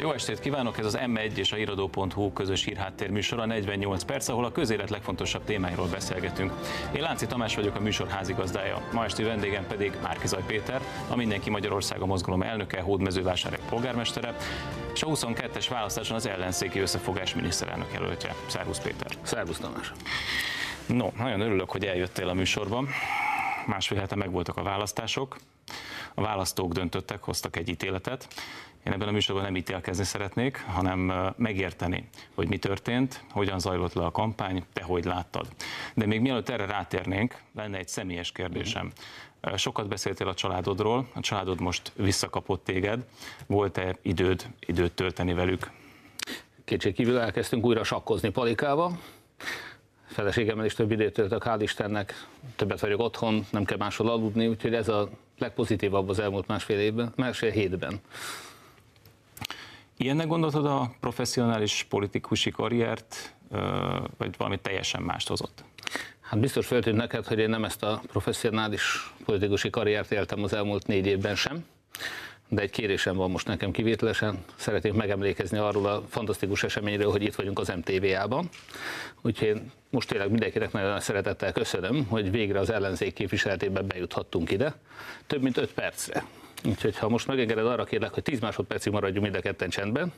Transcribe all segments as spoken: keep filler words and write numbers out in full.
Jó estét kívánok! Ez az em egy és a Híradó pont hu közös hírháttér műsora, negyvennyolc perc, ahol a közélet legfontosabb témáiról beszélgetünk. Én Lánci Tamás vagyok, a műsor házigazdája. Ma esti vendégem pedig Márki-Zay Péter, a Mindenki Magyarországa mozgalom elnöke, Hódmezővásárhely polgármestere, és a huszonkettes választáson az ellenzéki összefogás miniszterelnök jelöltje. Szervusz Péter! Szervusz Tamás! No, nagyon örülök, hogy eljöttél a műsorban. Másfél hete megvoltak a választások. A választók döntöttek, hoztak egy ítéletet. Én ebben a műsorban nem ítélkezni szeretnék, hanem megérteni, hogy mi történt, hogyan zajlott le a kampány, te hogy láttad. De még mielőtt erre rátérnénk, lenne egy személyes kérdésem. Sokat beszéltél a családodról, a családod most visszakapott téged. Volt-e időd, időt tölteni velük? Kétségkívül elkezdtünk újra sakkozni Palikával. Feleségemmel is több időt töltök, hál' Istennek, többet vagyok otthon, nem kell máshol aludni, úgyhogy ez a legpozitívabb az elmúlt másfél évben, másfél hétben. Ilyennek gondoltad a professzionális politikusi karriert, vagy valami teljesen mást hozott? Hát biztos feltűnt neked, hogy én nem ezt a professzionális politikusi karriert éltem az elmúlt négy évben sem, de egy kérésem van most nekem kivételesen. Szeretnék megemlékezni arról a fantasztikus eseményről, hogy itt vagyunk az em té vé á-ban. Úgyhogy én most tényleg mindenkinek nagyon nagy szeretettel köszönöm, hogy végre az ellenzék képviseletében bejuthattunk ide. Több mint öt percre. Úgyhogy ha most megengeded, arra kérlek, hogy tíz másodpercig maradjunk mind a ketten csendben.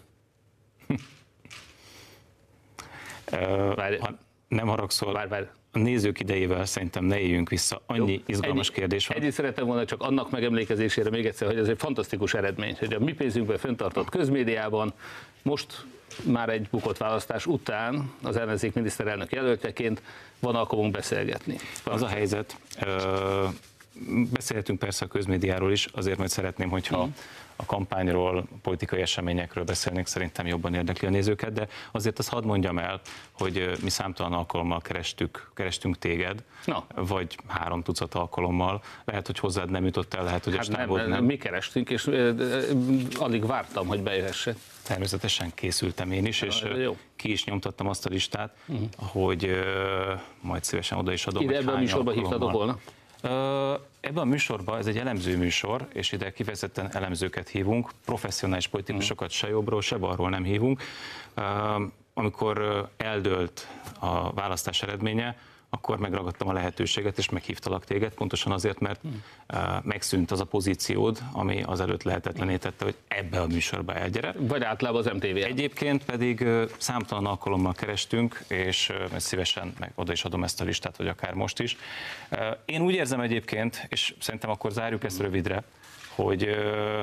Várj, ha nem haragszol, várj, várj. A nézők idejével szerintem ne éljünk vissza. Annyi Jó, izgalmas ennyi, kérdés van. Ennyit szerettem volna csak annak megemlékezésére még egyszer, hogy ez egy fantasztikus eredmény, hogy a mi pénzünkben fenntartott közmédiában most már egy bukott választás után az ellenzék miniszterelnök jelöltjeként van alkalmunk beszélgetni. Az a helyzet, beszélhetünk persze a közmédiáról is, azért majd szeretném, hogyha mm. a kampányról, a politikai eseményekről beszélnénk, szerintem jobban érdekli a nézőket, de azért azt hadd mondjam el, hogy mi számtalan alkalommal kerestük, kerestünk téged, no. vagy három tucat alkalommal. Lehet, hogy hozzád nem jutott el, lehet, hogy hát a stábod nem, nem. Mi kerestünk, és alig vártam, hogy bejöhesse. Természetesen készültem én is, és jó. ki is nyomtattam azt a listát, uh-huh. hogy uh, majd szívesen oda is adom. Ide ebben a műsorban hívtatok volna? Ebben a műsorban, ez egy elemző műsor, és ide kifejezetten elemzőket hívunk, professzionális politikusokat se jobbról, se balról nem hívunk. Amikor eldőlt a választás eredménye, akkor megragadtam a lehetőséget, és meghívtalak téged, pontosan azért, mert hmm. megszűnt az a pozíciód, ami azelőtt lehetetlené tette, hogy ebbe a műsorba elgyere. Vagy általában az em té vé. Egyébként pedig számtalan alkalommal kerestünk, és szívesen meg oda is adom ezt a listát, vagy akár most is. Én úgy érzem egyébként, és szerintem akkor zárjuk ezt rövidre, hogy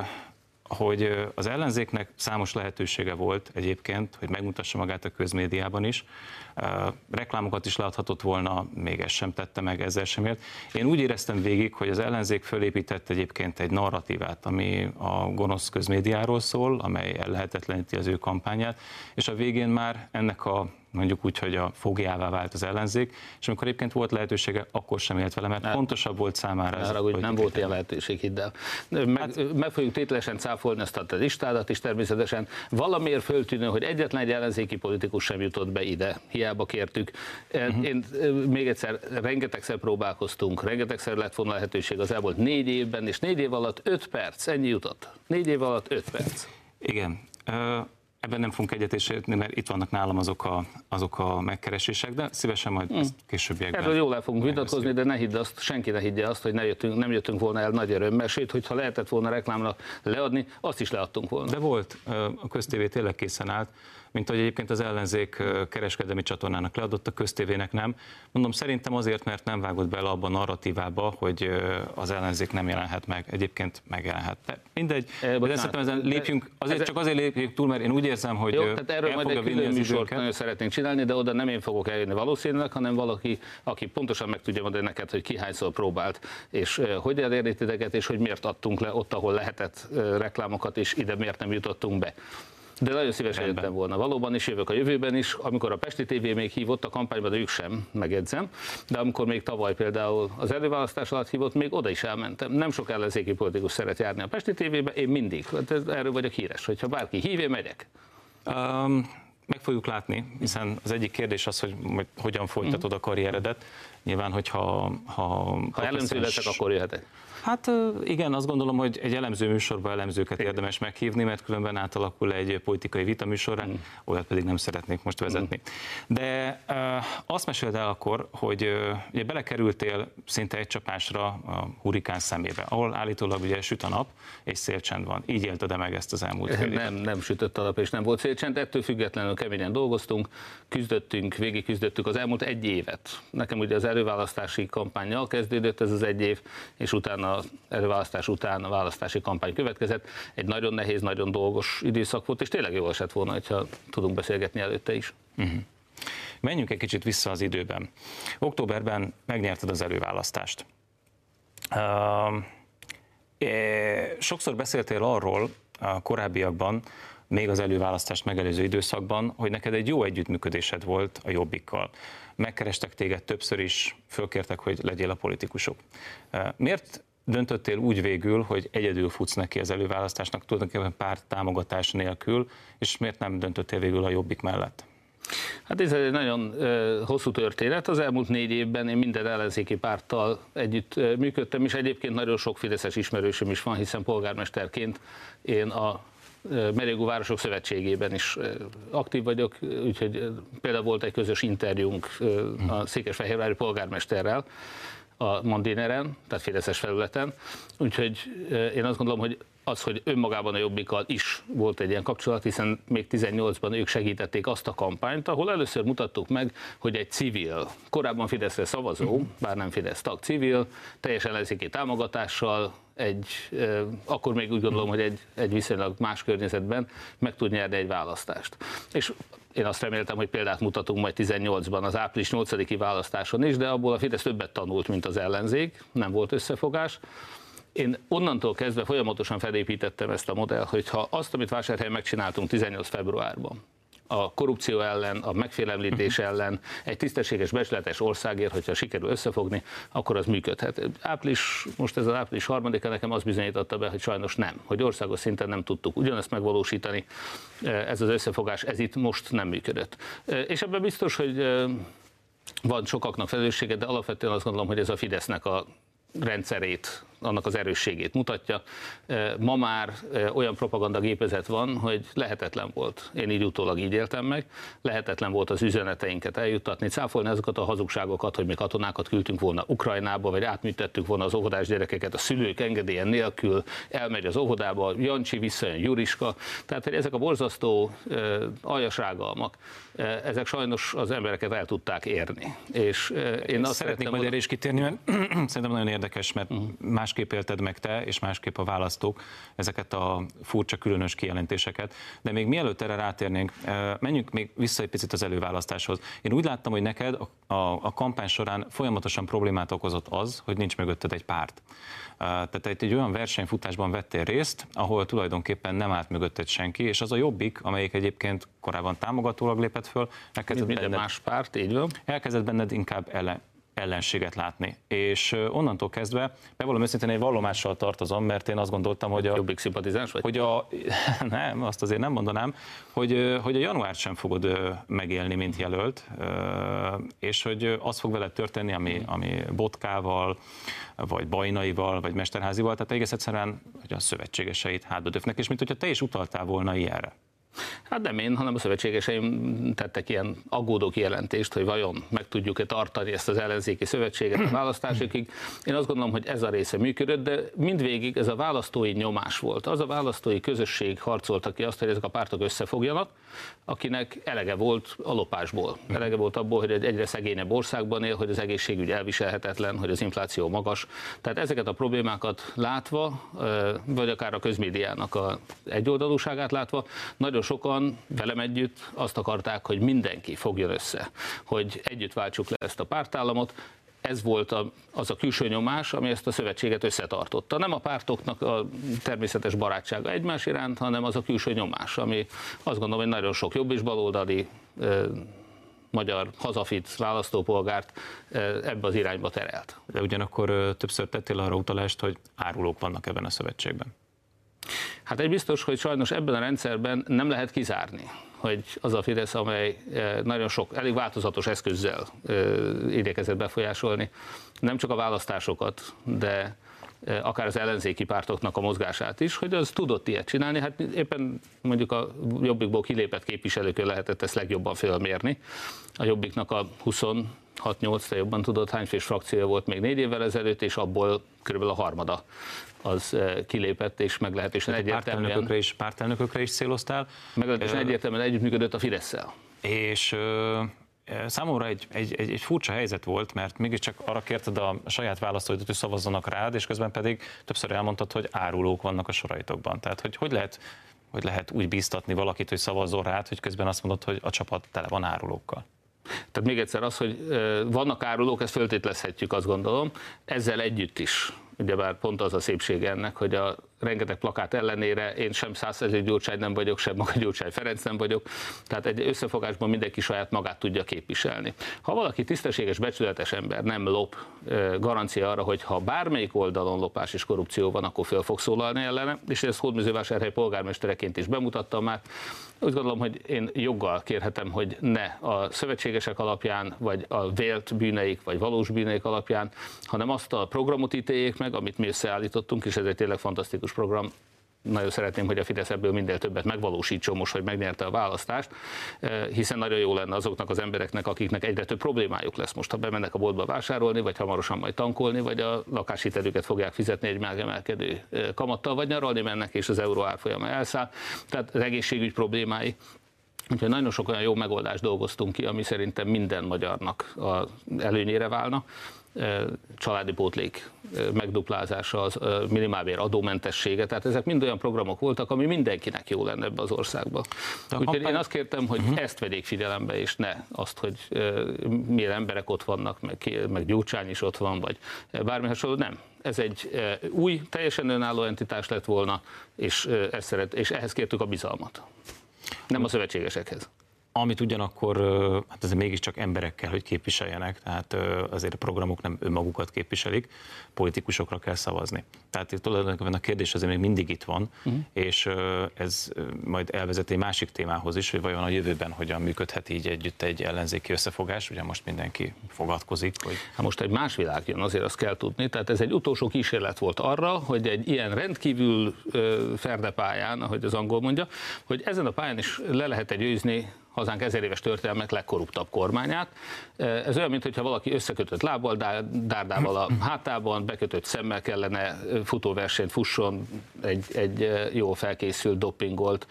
hogy az ellenzéknek számos lehetősége volt egyébként, hogy megmutassa magát a közmédiában is. Reklámokat is leadhatott volna, még ezt sem tette meg, ezzel sem ért. Én úgy éreztem végig, hogy az ellenzék fölépített egyébként egy narratívát, ami a gonosz közmédiáról szól, amely ellehetetleníti az ő kampányát, és a végén már ennek a mondjuk úgy, hogy a fogjává vált az ellenzék, és amikor egyébként volt lehetősége, akkor sem élt vele, mert hát, fontosabb volt számára ez. Arra, hogy nem volt ilyen lehetőség, hidd el. Meg, hát, meg fogjuk tételesen cáfolni ezt a listádat is természetesen. Valamiért föltűnő, hogy egyetlen egy ellenzéki politikus sem jutott be ide. Hiába kértük. Uh-huh. Én még egyszer, rengetegszer próbálkoztunk, rengetegszer lett volna lehetőség az elmúlt négy évben, és négy év alatt öt perc, ennyi jutott. Négy év alatt öt perc. Igen. Uh... Ebben nem fogunk egyetérteni, mert itt vannak nálam azok a, azok a megkeresések, de szívesen majd hmm. ezt későbbiekben. Erről jól el fogunk vitatkozni, de ne hidd azt, senki ne higgye azt, hogy ne jöttünk, nem jöttünk volna el nagy örömmel, sőt, hogyha lehetett volna reklámra leadni, azt is leadtunk volna. De volt, a köztévé tényleg készen állt, mint ahogy egyébként az ellenzék kereskedelmi csatornának leadott, a köztévének nem. Mondom, szerintem azért, mert nem vágott bele abban a narratívába, hogy az ellenzék nem jelenhet meg. Egyébként megjelenhet. De mindegy, e, de szerintem ezen lépjünk, azért csak azért lépjünk túl, mert én úgy érzem, hogy jó, tehát erről majd egy külön műsort nagyon szeretnénk csinálni, de oda nem én fogok eljönni valószínűleg, hanem valaki, aki pontosan meg tudja mondani neked, hogy ki hányszor próbált, és hogy elérni titeket, és hogy miért adtunk le ott, ahol lehetett reklámokat, és ide miért nem jutottunk be. De nagyon szívesen Rendben. jöttem volna. Valóban is jövök a jövőben is, amikor a Pesti té vé még hívott a kampányba, de ők sem, megjegyzem, de amikor még tavaly például az előválasztás alatt hívott, még oda is elmentem. Nem sok ellenzéki politikus szeret járni a Pesti té vébe, én mindig, erről vagyok híres, hogyha bárki hív, én megyek. Um... meg fogjuk látni, hiszen az egyik kérdés az, hogy hogyan folytatod a karrieredet. Nyilván, hogyha... Ha, ha elemző leszek, akkor jöhetek. Hát igen, azt gondolom, hogy egy elemző műsorban elemzőket érdemes meghívni, mert különben átalakul egy politikai vita műsorra, mm. olyat pedig nem szeretnék most vezetni. Mm. De uh, azt meséld el akkor, hogy uh, ugye belekerültél szinte egy csapásra a hurikán szemébe, ahol állítólag ugye süt a nap, és szélcsend van. Így élted meg ezt az elmúlt fél Nem, nem sütött a nap, és nem volt szélcsend, ettől függetlenül keményen dolgoztunk, küzdöttünk, végig küzdöttük az elmúlt egy évet. Nekem ugye az előválasztási kampánnyal kezdődött ez az egy év, és utána az előválasztás után a választási kampány következett. Egy nagyon nehéz, nagyon dolgos időszak volt, és tényleg jól esett volna, hogyha tudunk beszélgetni előtte is. Uh-huh. Menjünk egy kicsit vissza az időben. Októberben megnyerted az előválasztást. Uh, sokszor beszéltél arról a korábbiakban, még az előválasztást megelőző időszakban, hogy neked egy jó együttműködésed volt a Jobbikkal. Megkerestek téged többször is, fölkértek, hogy legyél a politikusok. Miért döntöttél úgy végül, hogy egyedül futsz neki az előválasztásnak, tulajdonképpen párt támogatás nélkül, és miért nem döntöttél végül a Jobbik mellett? Hát ez egy nagyon uh, hosszú történet. Az elmúlt négy évben én minden ellenzéki párttal együtt uh, működtem, és egyébként nagyon sok fideszes ismerősöm is van, hiszen polgármesterként én a Mérőgó Városok Szövetségében is aktív vagyok, úgyhogy például volt egy közös interjúnk a székesfehérvári polgármesterrel a Mandineren, tehát fideszes felületen, úgyhogy én azt gondolom, hogy az, hogy önmagában a Jobbikkal is volt egy ilyen kapcsolat, hiszen még tizennyolcban ők segítették azt a kampányt, ahol először mutattuk meg, hogy egy civil, korábban Fideszre szavazó, bár nem Fidesz tag, civil, teljes ellenzéki támogatással, egy, akkor még úgy gondolom, hogy egy, egy viszonylag más környezetben meg tud nyerni egy választást. És én azt reméltem, hogy példát mutatunk majd tizennyolcban az április nyolcadiki választáson is, de abból a Fidesz többet tanult, mint az ellenzék, nem volt összefogás. Én onnantól kezdve folyamatosan felépítettem ezt a modellt, hogy ha azt, amit Vásárhelyen megcsináltunk tizennyolc februárban, a korrupció ellen, a megfélemlítés ellen, egy tisztességes, becsületes országért, hogyha sikerül összefogni, akkor az működhet. Április, most ez az április harmadika nekem azt bizonyította be, hogy sajnos nem, hogy országos szinten nem tudtuk ugyanezt megvalósítani, ez az összefogás, ez itt most nem működött. És ebben biztos, hogy van sokaknak felelőssége, de alapvetően azt gondolom, hogy ez a Fidesznek a rendszerét, annak az erősségét mutatja. Ma már olyan propagandagépezet van, hogy lehetetlen volt, én így utólag így éltem meg, lehetetlen volt az üzeneteinket eljuttatni, cáfolni azokat a hazugságokat, hogy mi katonákat küldtünk volna Ukrajnába, vagy átműtettük volna az óvodás gyerekeket a szülők engedélyen nélkül, elmegy az óvodába, Jancsi visszajön Juriska, tehát hogy ezek a borzasztó aljas rágalmak, ezek sajnos az embereket el tudták érni. És én azt szeretnék majd erre is kitérni, mert szerintem nagyon érdekes, mert uh-huh. másképp élted meg te, és másképp a választók ezeket a furcsa, különös kijelentéseket. De még mielőtt erre rátérnénk, menjünk még vissza egy picit az előválasztáshoz. Én úgy láttam, hogy neked a, a, a kampány során folyamatosan problémát okozott az, hogy nincs mögötted egy párt. Tehát egy, egy olyan versenyfutásban vettél részt, ahol tulajdonképpen nem állt mögötted senki, és az a Jobbik, amelyik egyébként korábban támogatólag lépett föl, elkezdett benned, más párt, így van. Elkezdett benned inkább ellen, ellenséget látni. És onnantól kezdve, bevallom őszintén, egy vallomással tartozom, mert én azt gondoltam, hogy a... Jobbik szimpatizáns vagy? Hogy a, nem, azt azért nem mondanám, hogy, hogy a januárt sem fogod megélni, mint jelölt, és hogy az fog veled történni, ami, ami Botkával, vagy Bajnaival, vagy Mesterházival, tehát egész egyszerűen, hogy a szövetségeseit hátba döfnek, és mint hogyha te is utaltál volna ilyenre. Hát nem én, hanem a szövetségeseim tettek ilyen aggódó kijelentést, hogy vajon meg tudjuk-e tartani ezt az ellenzéki szövetséget a választásokig. Én azt gondolom, hogy ez a része működött, de mindvégig ez a választói nyomás volt. Az a választói közösség harcolta ki azt, hogy ezek a pártok összefogjanak, akinek elege volt a lopásból. Elege volt abból, hogy egy egyre szegényebb országban él, hogy az egészségügy elviselhetetlen, hogy az infláció magas. Tehát ezeket a problémákat látva, vagy akár a közmédiának az egyoldalúságát látva, nagyon sokan velem együtt azt akarták, hogy mindenki fogjon össze, hogy együtt váltsuk le ezt a pártállamot. Ez volt a, az a külső nyomás, ami ezt a szövetséget összetartotta. Nem a pártoknak a természetes barátsága egymás iránt, hanem az a külső nyomás, ami azt gondolom, hogy nagyon sok jobb és baloldali eh, magyar hazafit választópolgárt eh, ebbe az irányba terelt. De ugyanakkor eh, többször tettél arra utalást, hogy árulók vannak ebben a szövetségben. Hát egy biztos, hogy sajnos ebben a rendszerben nem lehet kizárni, hogy az a Fidesz, amely nagyon sok, elég változatos eszközzel igyekezett befolyásolni nem csak a választásokat, de akár az ellenzéki pártoknak a mozgását is, hogy az tudott ilyet csinálni. Hát éppen mondjuk a Jobbikból kilépett képviselőkön lehetett ezt legjobban fölmérni. A Jobbiknak a huszonhat nyolc, te jobban tudod, hány fős frakciója volt még négy évvel ezelőtt, és abból körülbelül a harmada az kilépett, és meglehetősen egyértelműen... Pártelnökökre is, pártelnökökre is céloztál. Meglehetősen egyértelműen együttműködött a Fidesszel. És... Számomra egy, egy, egy, egy furcsa helyzet volt, mert mégiscsak arra kérted a saját választóidat, hogy szavazzanak rád, és közben pedig többször elmondtad, hogy árulók vannak a soraitokban. Tehát, hogy hogy lehet, hogy lehet úgy bíztatni valakit, hogy szavazzon rád, hogy közben azt mondod, hogy a csapat tele van árulókkal. Tehát még egyszer az, hogy vannak árulók, ezt föltételezhetjük, azt gondolom, ezzel együtt is. Ugyebár pont az a szépsége ennek, hogy a rengeteg plakát ellenére én sem Százszerző Gyurcsány nem vagyok, sem maga Gyurcsány Ferenc nem vagyok, tehát egy összefogásban mindenki saját magát tudja képviselni. Ha valaki tisztességes, becsületes ember, nem lop, garancia arra, hogy ha bármelyik oldalon lopás és korrupció van, akkor föl fog szólalni ellene, és ezt Hódmezővásárhely polgármestereként is bemutattam már. Úgy gondolom, hogy én joggal kérhetem, hogy ne a szövetségesek alapján, vagy a vélt bűneik, vagy valós bűneik alapján, hanem azt a programot ítéljék meg, amit mi összeállítottunk, és ez egy tényleg fantasztikus program. Nagyon szeretném, hogy a Fidesz ebből minél többet megvalósítson most, hogy megnyerte a választást, hiszen nagyon jó lenne azoknak az embereknek, akiknek egyre több problémájuk lesz most, ha bemennek a boltba vásárolni, vagy hamarosan majd tankolni, vagy a lakáshitelüket fogják fizetni egy megemelkedő kamattal, vagy nyaralni mennek, és az euró árfolyama elszáll. Tehát az egészségügy problémái. Úgyhogy nagyon sok olyan jó megoldást dolgoztunk ki, ami szerintem minden magyarnak az előnyére válna. Családi pótlék megduplázása, az minimálbér adómentessége, tehát ezek mind olyan programok voltak, ami mindenkinek jó lenne ebbe az országba. Úgyhogy kampány... én azt kértem, hogy uh-huh. ezt vegyék figyelembe, és ne azt, hogy milyen emberek ott vannak, meg, meg Gyurcsány is ott van, vagy bármi hasonló, nem. Ez egy új, teljesen önálló entitás lett volna, és, ezt szeret, és ehhez kértük a bizalmat. Nem a szövetségesekhez. Amit ugyanakkor, hát azért mégiscsak emberek kell, hogy képviseljenek, tehát azért a programok nem önmagukat képviselik, politikusokra kell szavazni. Tehát tulajdonképpen a kérdés azért még mindig itt van, uh-huh. és ez majd elvezet egy másik témához is, hogy vajon a jövőben hogyan működhet így együtt egy ellenzéki összefogás, ugye most mindenki fogadkozik. Hogy... Hát most egy más világ jön, azért azt kell tudni, tehát ez egy utolsó kísérlet volt arra, hogy egy ilyen rendkívül ferdepályán, ahogy az angol mondja, hogy ezen a pályán is le lehet győzni hazánk ezer éves történelmek legkorruptabb kormányát. Ez olyan, mintha valaki összekötött lábbal, dárdával a hátában, bekötött szemmel kellene futóversenyt fusson egy, egy jól felkészült, dopingolt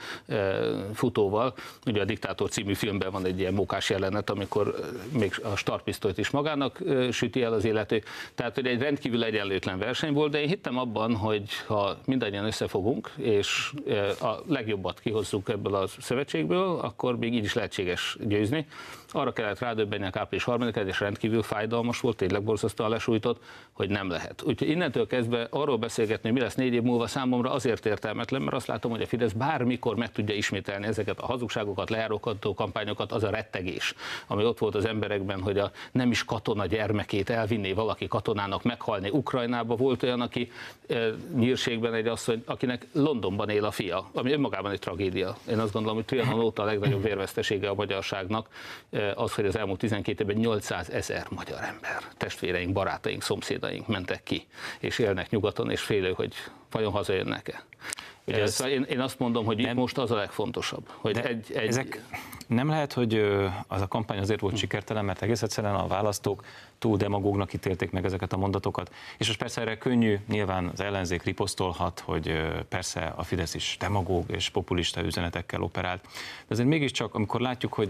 futóval. Ugye a Diktátor című filmben van egy ilyen mókás jelenet, amikor még a startpisztolyt is magának süti el az illető. Tehát, hogy egy rendkívül egyenlőtlen verseny volt, de én hittem abban, hogy ha mindannyian összefogunk, és a legjobbat kihozzuk ebből a szövetségből, akkor még így is lehetséges győzni. Arra kellett rádöbbenni április harmadikán, és rendkívül fájdalmas volt, tényleg borzasztóan lesújtott, hogy nem lehet. Úgyhogy innentől kezdve arról beszélgetni, mi lesz négy év múlva, számomra azért értelmetlen, mert azt látom, hogy a Fidesz bármikor meg tudja ismételni ezeket a hazugságokat, lejárókató kampányokat, az a rettegés, ami ott volt az emberekben, hogy a nem is katona gyermekét elvinné valaki katonának meghalni Ukrajnába. Volt olyan, aki e, nyírségben egy asszony, akinek Londonban él a fia, ami önmagában egy tragédia. Én azt gondolom, hogy Trianon óta a legnagyobb vérvesztesége a magyarságnak az, hogy az elmúlt tizenkét évben nyolcszázezer magyar ember, testvéreink, barátaink, szomszédaink mentek ki, és élnek nyugaton, és félő, hogy vajon hazajönnek-e. Ugye, ez szóval én, én azt mondom, hogy nem, itt most az a legfontosabb. Hogy egy, egy... Ezek nem lehet, hogy az a kampány azért volt sikertelen, mert egész egyszerűen a választók túl demagógnak ítélték meg ezeket a mondatokat. És most persze erre könnyű, nyilván az ellenzék riposztolhat, hogy persze a Fidesz is demagóg és populista üzenetekkel operált. De azért mégiscsak, amikor látjuk, hogy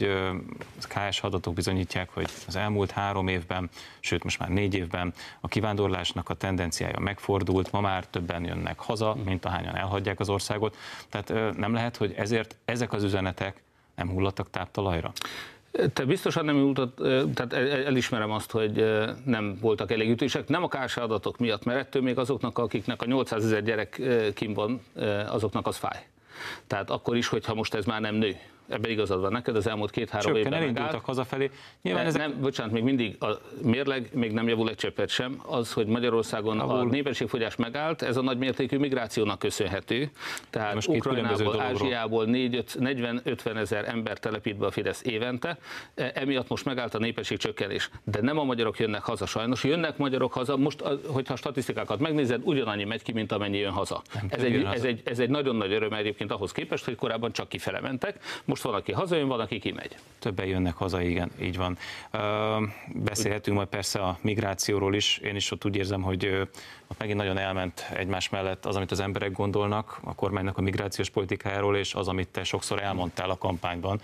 a ká es adatok bizonyítják, hogy az elmúlt három évben, sőt most már négy évben a kivándorlásnak a tendenciája megfordult, ma már többen jönnek haza, mint ahányan elhagyják az országot. Tehát nem lehet, hogy ezért ezek az üzenetek nem hullattak táptalajra? Te biztosan nem jutott, tehát elismerem azt, hogy nem voltak elég ütések, nem a ká es adatok miatt, mert ettől még azoknak, akiknek a nyolcszázezer gyerek kim van, azoknak az fáj. Tehát akkor is, hogyha most ez már nem nő, ebben igazad van neked, az elmúlt két-három évben megállt. Elindultak hazafelé. Nyilván ezek... Nem, bocsánat, még mindig a mérleg még nem javul egy cseppet sem. Az, hogy Magyarországon Ahol... a népességfogyás megállt, ez a nagymértékű migrációnak köszönhető. Tehát Ukrajnából, Ázsiából negyven-ötven ezer ember telepít be a Fidesz évente, emiatt most megállt a népességcsökkenés. De nem a magyarok jönnek haza sajnos, jönnek magyarok haza, most, hogyha a statisztikákat megnézed, ugyanannyi megy ki, mint amennyi jön haza. Ez egy, ez, egy, ez egy nagyon nagy öröm egyébként ahhoz képest, hogy korábban csak kifele mentek, most van, aki hazajön, van, aki kimegy. Többen jönnek haza, igen, így van. Beszélhetünk majd persze a migrációról is, én is ott úgy érzem, hogy ott megint nagyon elment egymás mellett az, amit az emberek gondolnak a kormánynak a migrációs politikájáról, és az, amit te sokszor elmondtál a kampányban.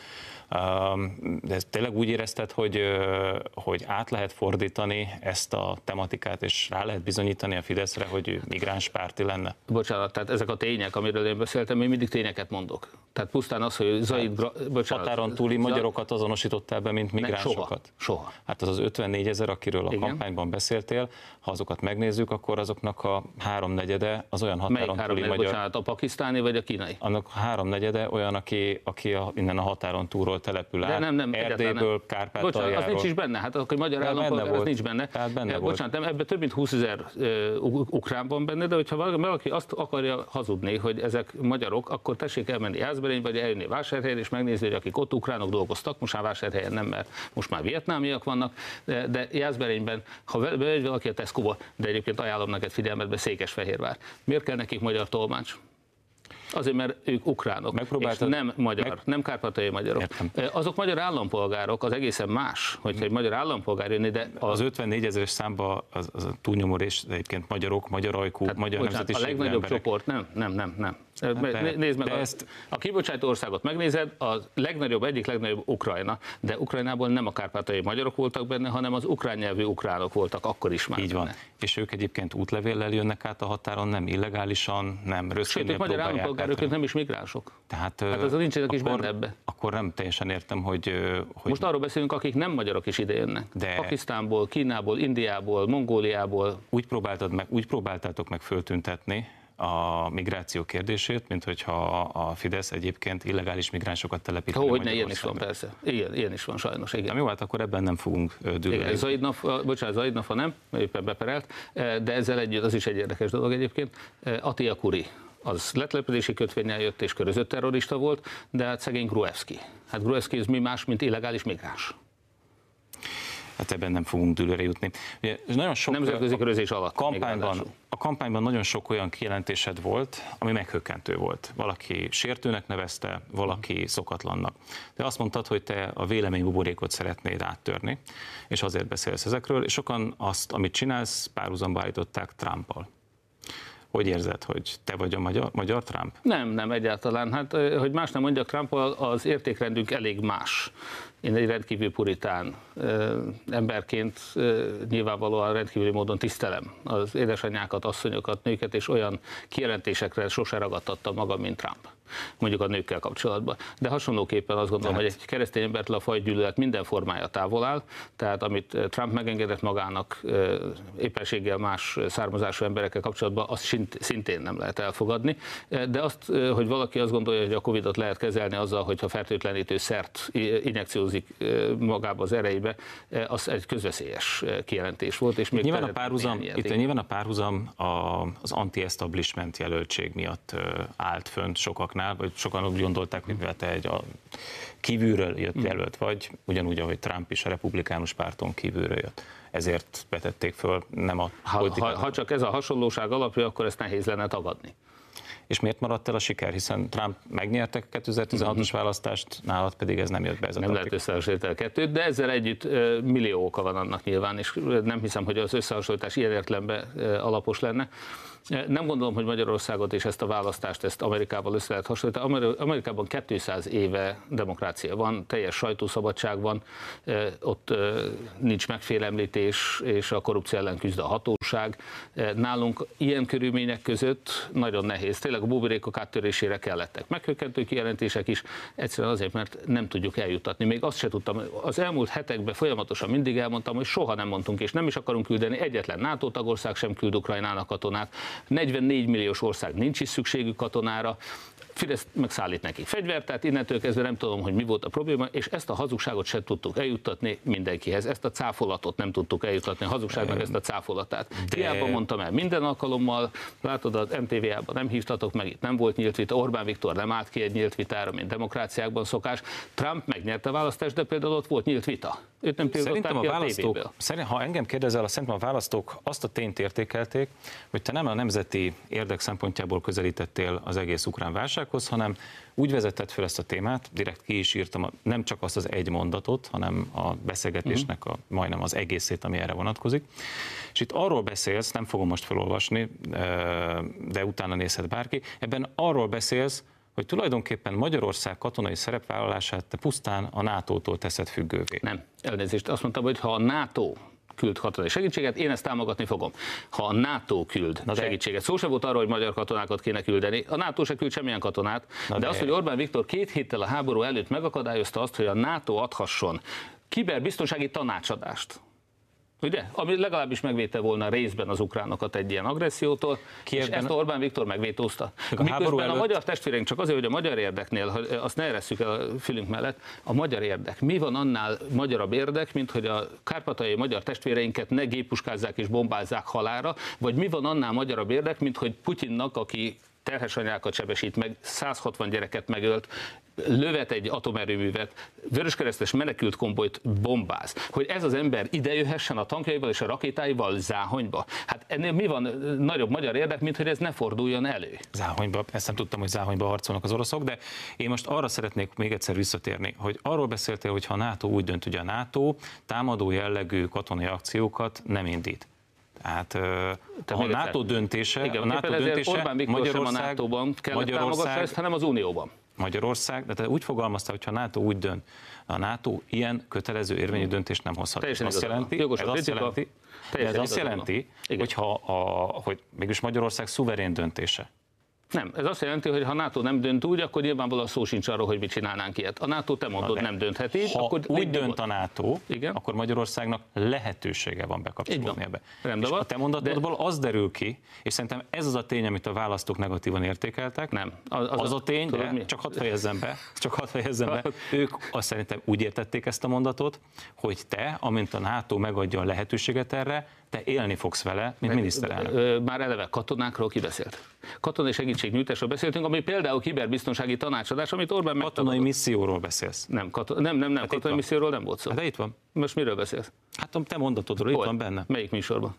De tényleg úgy érezted, hogy, hogy át lehet fordítani ezt a tematikát, és rá lehet bizonyítani a Fideszre, hogy migráns párti lenne? Bocsánat, tehát ezek a tények, amiről én beszéltem, én mindig tényeket mondok. Tehát pusztán az, hogy Zaid... Hát, bocsánat, határon túli magyarokat azonosítottál be, mint migránsokat? Soha, soha. Hát az az ötvennégy ezer, akiről a Igen. kampányban beszéltél, ha azokat megnézzük, akkor azoknak a háromnegyede az olyan határon túli magyar... Bocsánat, a pakisztáni vagy a kínai? Annak a háromnegyede olyan, aki, aki a, innen a határon túlról települ át, nem, nem, Erdélyből, Kárpátaljáról. Bocsánat, az nincs is benne, hát akkor magyar állampolgár, az nincs benne. benne Bocsánat, nem, ebben több mint húszezer uh, ukrán van benne, de hogyha valaki azt akarja hazudni, hogy ezek magyarok, akkor tessék elmenni Jászberénybe, vagy eljönni Vásárhelyre, és megnézni, hogy akik ott ukránok dolgoztak, most már Vásárhelyen nem, mert most már vietnámiak vannak, de, de Jászberényben, ha bemegy valaki a Tesco-ba, de egyébként ajánlom neked figyelmetbe Székesfehérvár. Miért kell nekik magyar tolmács? Azért, mert ők ukránok, és nem magyar, meg... nem kárpátaljai magyarok. Értem. Azok magyar állampolgárok, az egészen más, hogyha egy magyar állampolgár jönni, de... A... Az ötvennégy ezeres számba az, az a túlnyomó rész egyébként magyarok, magyar ajkú, hát, magyar nemzetiségű emberek. A legnagyobb csoport, nem, nem, nem, nem. De, Nézd meg, a, ezt... a kibocsátó országot megnézed, a legnagyobb, egyik legnagyobb Ukrajna, de Ukrajnából nem a kárpátaljai magyarok voltak benne, hanem az ukrán nyelvű ukránok voltak akkor is már. Így van. Benne. És ők egyébként útlevéllel jönnek át a határon, nem illegálisan, nem röszkénél próbálják. Magyar állampolgárok, ők nem is migránsok. Tehát, hát az nincsenek is benne ebbe. Akkor nem teljesen értem, hogy, hogy... Most arról beszélünk, akik nem magyarok is ide jönnek. De... Pakisztánból, Kínából, Indiából, Mongóliából. Úgy, próbáltad meg, úgy próbáltátok meg föltüntetni a migráció kérdését, mint hogyha a Fidesz egyébként illegális migránsokat telepíteni. Hogy ne, ilyen is van, persze. Igen, ilyen is van sajnos. Igen. Nem jó, hát akkor ebben nem fogunk dőlni. Zaidnafa, bocsánat, Zaidnafa nem, éppen beperelt, de ezzel együtt, az is egy érdekes dolog egyébként, Atia Kuri. Az letelepedési kötvényel jött és körözött terrorista volt, de hát szegény Gruevski. Hát Gruevski ez mi más, mint illegális migráns. Hát ebben nem fogunk dűlőre jutni. Ugye, nagyon sok nemzetközi körözés alatt. Kampányban, a kampányban nagyon sok olyan kijelentésed volt, ami meghökkentő volt. Valaki sértőnek nevezte, valaki szokatlannak. De azt mondtad, hogy te a véleménybuborékot szeretnéd áttörni, és azért beszélsz ezekről, és sokan azt, amit csinálsz, párhuzamba állították Trumpal. Hogy érzed, hogy te vagy a magyar, magyar Trump? Nem, nem egyáltalán. Hát, hogy más nem mondjak, Trump, az értékrendünk elég más. Én egy rendkívül puritán emberként nyilvánvalóan rendkívüli módon tisztelem az édesanyákat, asszonyokat, nőket, és olyan kijelentésekre sose ragadtattam magam, mint Trump. Mondjuk a nőkkel kapcsolatban. De hasonlóképpen azt gondolom, tehát. hogy egy keresztény embertől a fajgyűlölet minden formája távol áll, tehát amit Trump megengedett magának éppenséggel más származású emberekkel kapcsolatban, azt szintén nem lehet elfogadni. De azt, hogy valaki azt gondolja, hogy a Covidot lehet kezelni azzal, hogyha fertőtlenítő szert injekciózik magába az erejébe, az egy közveszélyes kijelentés volt. És még nyilván, a párhuzam, itt nyilván a párhuzam az anti-establishment jelöltség miatt állt fönt sokaknál, vagy sokan úgy gondolták, hogy mivel te egy a kívülről jött jelölt vagy, ugyanúgy, ahogy Trump is a republikánus párton kívülről jött. Ezért vetették föl, nem a ha, ha, ha csak ez a hasonlóság alapja, akkor ezt nehéz lenne tagadni. És miért maradt el a siker? Hiszen Trump megnyerte a kétezer-tizenhatos választást, nálad pedig ez nem jött be ez a Nem taktika. Lehet összehasonlítani a kettőt, de ezzel együtt millió oka van annak nyilván, és nem hiszem, hogy az összehasonlítás ilyen értelemben alapos lenne. Nem gondolom, hogy Magyarországot és ezt a választást ezt Amerikával össze lehet hasonlítani. Amerikában kétszáz éve demokrácia van, teljes sajtószabadság van, ott nincs megfélemlítés, és a korrupció ellen küzd a hatóság. Nálunk ilyen körülmények között nagyon nehéz. Tényleg a buborékok áttörésére kellettek meghökkentő kijelentések is, egyszerűen azért, mert nem tudjuk eljutatni. Még azt se tudtam, az elmúlt hetekben folyamatosan mindig elmondtam, hogy soha nem mondtunk, és nem is akarunk küldeni, egyetlen NATO tagország sem küld Ukrajnának katonát. negyvennégy milliós ország, nincs is szükségük katonára, Fidesz megszállít neki fegyvert, tehát innentől kezdve nem tudom, hogy mi volt a probléma, és ezt a hazugságot sem tudtuk eljuttatni mindenkihez, ezt a cáfolatot nem tudtuk eljuttatni, a hazugságnak ezt a cáfolatát. De... Hiába mondtam el minden alkalommal, látod, az em té vé-ában nem hívtatok meg, itt nem volt nyílt vita, Orbán Viktor nem állt ki egy nyílt vitára, mint demokráciákban szokás, Trump megnyerte a választást, de például ott volt nyílt vita. Őt nem tiltották ki a tévéből. Szerintem, ha engem kérdezel, szerintem a választók azt a tényt értékelték, hogy te nem a nemzeti érdek szempontjából közelítettél az egész ukrán válsághoz, hanem úgy vezetted fel ezt a témát, direkt ki is írtam nem csak azt az egy mondatot, hanem a beszélgetésnek a, majdnem az egészét, ami erre vonatkozik. És itt arról beszélsz, nem fogom most felolvasni, de utána nézhet bárki, ebben arról beszélsz, hogy tulajdonképpen Magyarország katonai szerepvállalását te pusztán a nátótól teszed függővé. Nem, elnézést, azt mondtam, hogy ha a NATO küld katonai segítséget, én ezt támogatni fogom. Ha a NATO küld de... segítséget, szó sem volt arról, hogy magyar katonákat kéne küldeni, a NATO se küld semmilyen katonát, de, de az, hogy Orbán Viktor két héttel a háború előtt megakadályozta azt, hogy a NATO adhasson kiberbiztonsági tanácsadást, ugye? Ami legalábbis megvédte volna részben az ukránokat egy ilyen agressziótól, Kievben... és ezt Orbán Viktor megvétózta. A Miközben előtt... a magyar testvéreink, csak azért, hogy a magyar érdeknél, azt ne eresszük el a fülünk mellett, a magyar érdek. Mi van annál magyarabb érdek, mint hogy a kárpátaljai magyar testvéreinket ne géppuskázzák és bombázzák halálra, vagy mi van annál magyarabb érdek, mint hogy Putyinnak, aki terhes anyákat sebesít meg, száz hatvan gyereket megölt, lövet egy atomerőművet, vöröskeresztes menekült konvojt bombáz, hogy ez az ember idejöhessen a tankjaival és a rakétáival Záhonyba. Hát ennél mi van nagyobb magyar érdek, mint hogy ez ne forduljon elő? Záhonyba, ezt nem tudtam, hogy Záhonyba harcolnak az oroszok, de én most arra szeretnék még egyszer visszatérni, hogy arról beszéltél, hogy ha a NATO úgy dönt, hogy a NATO támadó jellegű katonai akciókat nem indít. Tehát Te a NATO döntése, igen, a NATO döntése Orbán Viktor Magyarország, sem a nátóban kellett támogatni ezt, hanem az Unióban. Magyarország, de te úgy fogalmazta, hogy ha a NATO úgy dönt, a NATO ilyen kötelező érvényű döntést nem hozhat. Teljesen azt jelenti, Jogos ez azt jelenti, ez azt jelenti hogy, ha a, hogy mégis Magyarország szuverén döntése. Nem, ez azt jelenti, hogy ha a NATO nem dönt úgy, akkor nyilvánvalóan szó sincs arról, hogy mit csinálnánk ilyet. A NATO, te mondod, nem dönthet így. Ha akkor úgy dönt a NATO, igen? akkor Magyarországnak lehetősége van bekapcsolódni ebbe. Rendben és van, a te mondatodból de... az derül ki, és szerintem ez az a tény, amit a választók negatívan értékeltek. Nem. Az, az, az a tény, de csak hadd fejezzem be, csak hadd fejezzem be. Ők azt szerintem úgy értették ezt a mondatot, hogy te, amint a NATO megadja a lehetőséget erre, te élni fogsz vele, mint miniszterelnök. Már eleve katonákról kibeszélt. Katonai segítségnyújtásról beszéltünk, ami például kiberbiztonsági tanácsadás, amit Orbán megtagadott. Katonai misszióról beszélsz. Nem, kato- nem, nem, nem hát katonai misszióról nem volt szó. Hát de itt van. Most miről beszélsz? Hát a te mondatodról, itt van benne. Melyik műsorban?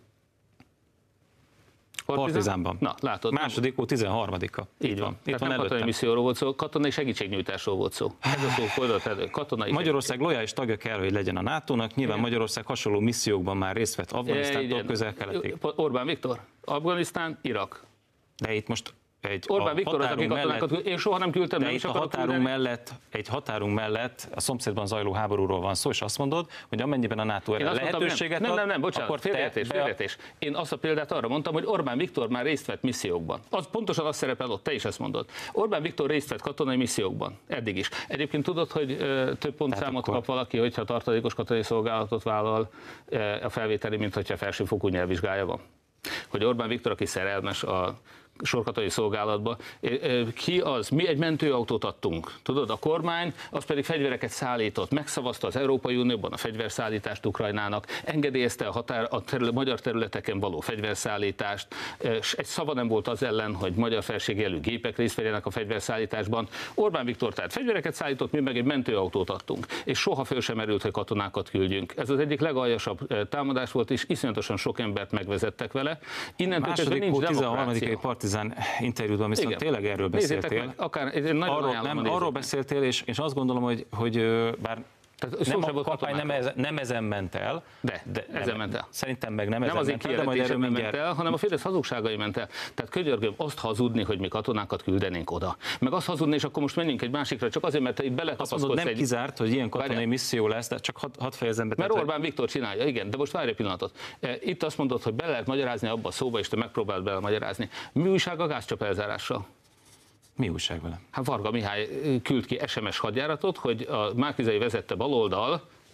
Partizánban. Na, látod. Második ó, tizenharmadika. Így van. Itt van, nem katonai misszióról volt szó, katonai segítségnyújtásról volt szó. Ez a szó fordult elő. Katonai Magyarország lojális tagja kell, hogy legyen a nátónak. Nyilván igen. Magyarország hasonló missziókban már részt vett Afganisztántól közel-keletig. Orbán Viktor, Afganisztán, Irak. De itt most egy Orbán Viktor az, aki katonákat, én soha nem küldtem, nem is a határunk mellett, egy határunk mellett a szomszédban zajló háborúról van szó, és azt mondod, hogy amennyiben a NATO erre lehetőséget nem, ad, nem, nem, bocsánat, akkor félreértés, félreértés. Én azt a példát arra mondtam, hogy Orbán Viktor már részt vett missziókban. Az pontosan azt szerepel ott, te is ezt mondod. Orbán Viktor részt vett katonai missziókban, eddig is. Egyébként tudod, hogy ö, több pontszámot kap valaki, hogyha tartalékos katonai szolgálatot vállal ö, a felvételi, mint hogyha felsőfokú nyelvvizsgája van. Hogy Orbán Viktor, aki szerelmes a sorkatonai szolgálatba. Ki az? Mi egy mentőautót adtunk. Tudod, a kormány, az pedig fegyvereket szállított. Megszavazta az Európai Unióban a fegyverszállítást Ukrajnának, engedélyezte a, határ, a terület, magyar területeken való fegyverszállítást, és egy szava nem volt az ellen, hogy magyar felségjelű gépek részt vegyenek a fegyverszállításban. Orbán Viktor tehát fegyvereket szállított, mi meg egy mentőautót adtunk. És soha föl sem merült, hogy katonákat küldjünk. Ez az egyik legaljasabb támadás volt, és iszonyatosan sok embert megvezettek vele. Innentől kezdve nincs demokrácia. Partizán interjúban viszont igen. tényleg erről beszéltél. Meg, akár, arról, nem, arról beszéltél, és, és azt gondolom, hogy, hogy bár nem a kampány nem, ez, nem ezen ment el, de, de ezen nem, ment el. Szerintem meg nem, nem ezen ment el, de majd erről ment el, hanem a Fidesz hazugságai ment el. Tehát könyörgöm, azt hazudni, hogy mi katonákat küldenénk oda. Meg azt hazudni, és akkor most menjünk egy másikra, csak azért, mert itt beletapaszkodsz nem egy... kizárt, hogy ilyen katonai Várjál. misszió lesz, de csak hadd had fejezem be. Mert tehát, Orbán Viktor csinálja, igen, de most várj egy pillanatot. Itt azt mondod, hogy be lehet magyarázni abba a szóba, és te megpróbáld belemagyarázni. Mi újság a gázcsap elzárással? Mi újság vele? Hát Varga Mihály küld ki es em es hadjáratot, hogy a Márki-Zay vezette baloldal,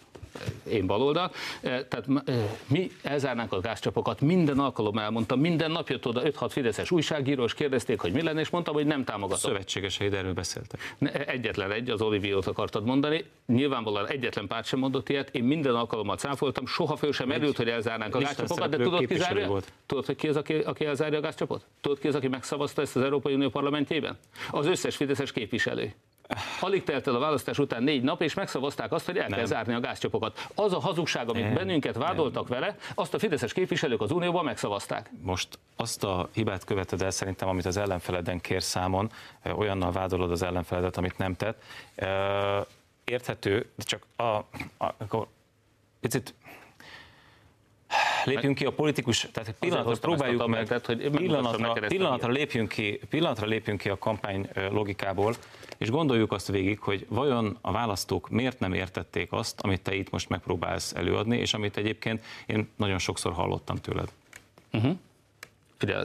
én baloldal. Tehát mi elzárnánk a gázcsapokat, minden alkalommal elmondtam, minden nap jött oda öt-hat fideszes újságíró, és kérdezték, hogy mi lenne, és mondtam, hogy nem támogatom. Szövetségeseid erről beszéltek. Egyetlen egy, az Oliviót akartad mondani, nyilvánvalóan egyetlen párt sem mondott ilyet, én minden alkalommal cáfoltam, soha föl sem merült, hogy elzárnánk a gázcsapokat, de tudod ki zárja? Tudod, hogy ki az, aki, aki elzárja a gázcsapot? Tudod ki az, aki megszavazta ezt az Európai Unió parlamentjében? Az összes fideszes képviselő. Alig telt el a választás után négy nap, és megszavazták azt, hogy el nem. kell zárni a gázcsapokat. Az a hazugság, amit nem. bennünket vádoltak nem. vele, azt a fideszes képviselők az Unióban megszavazták. Most azt a hibát követed el szerintem, amit az ellenfeleden kér számon, olyannal vádolod az ellenfeledet, amit nem tett. Érthető, de csak a, a, akkor picit lépjünk ki a politikus, tehát pillanatra próbáljuk meg, tehát, hogy pillanatra, pillanatra, lépjünk ki, pillanatra lépjünk ki a kampány logikából, és gondoljuk azt végig, hogy vajon a választók miért nem értették azt, amit te itt most megpróbálsz előadni, és amit egyébként én nagyon sokszor hallottam tőled. Uh-huh. Figyeld.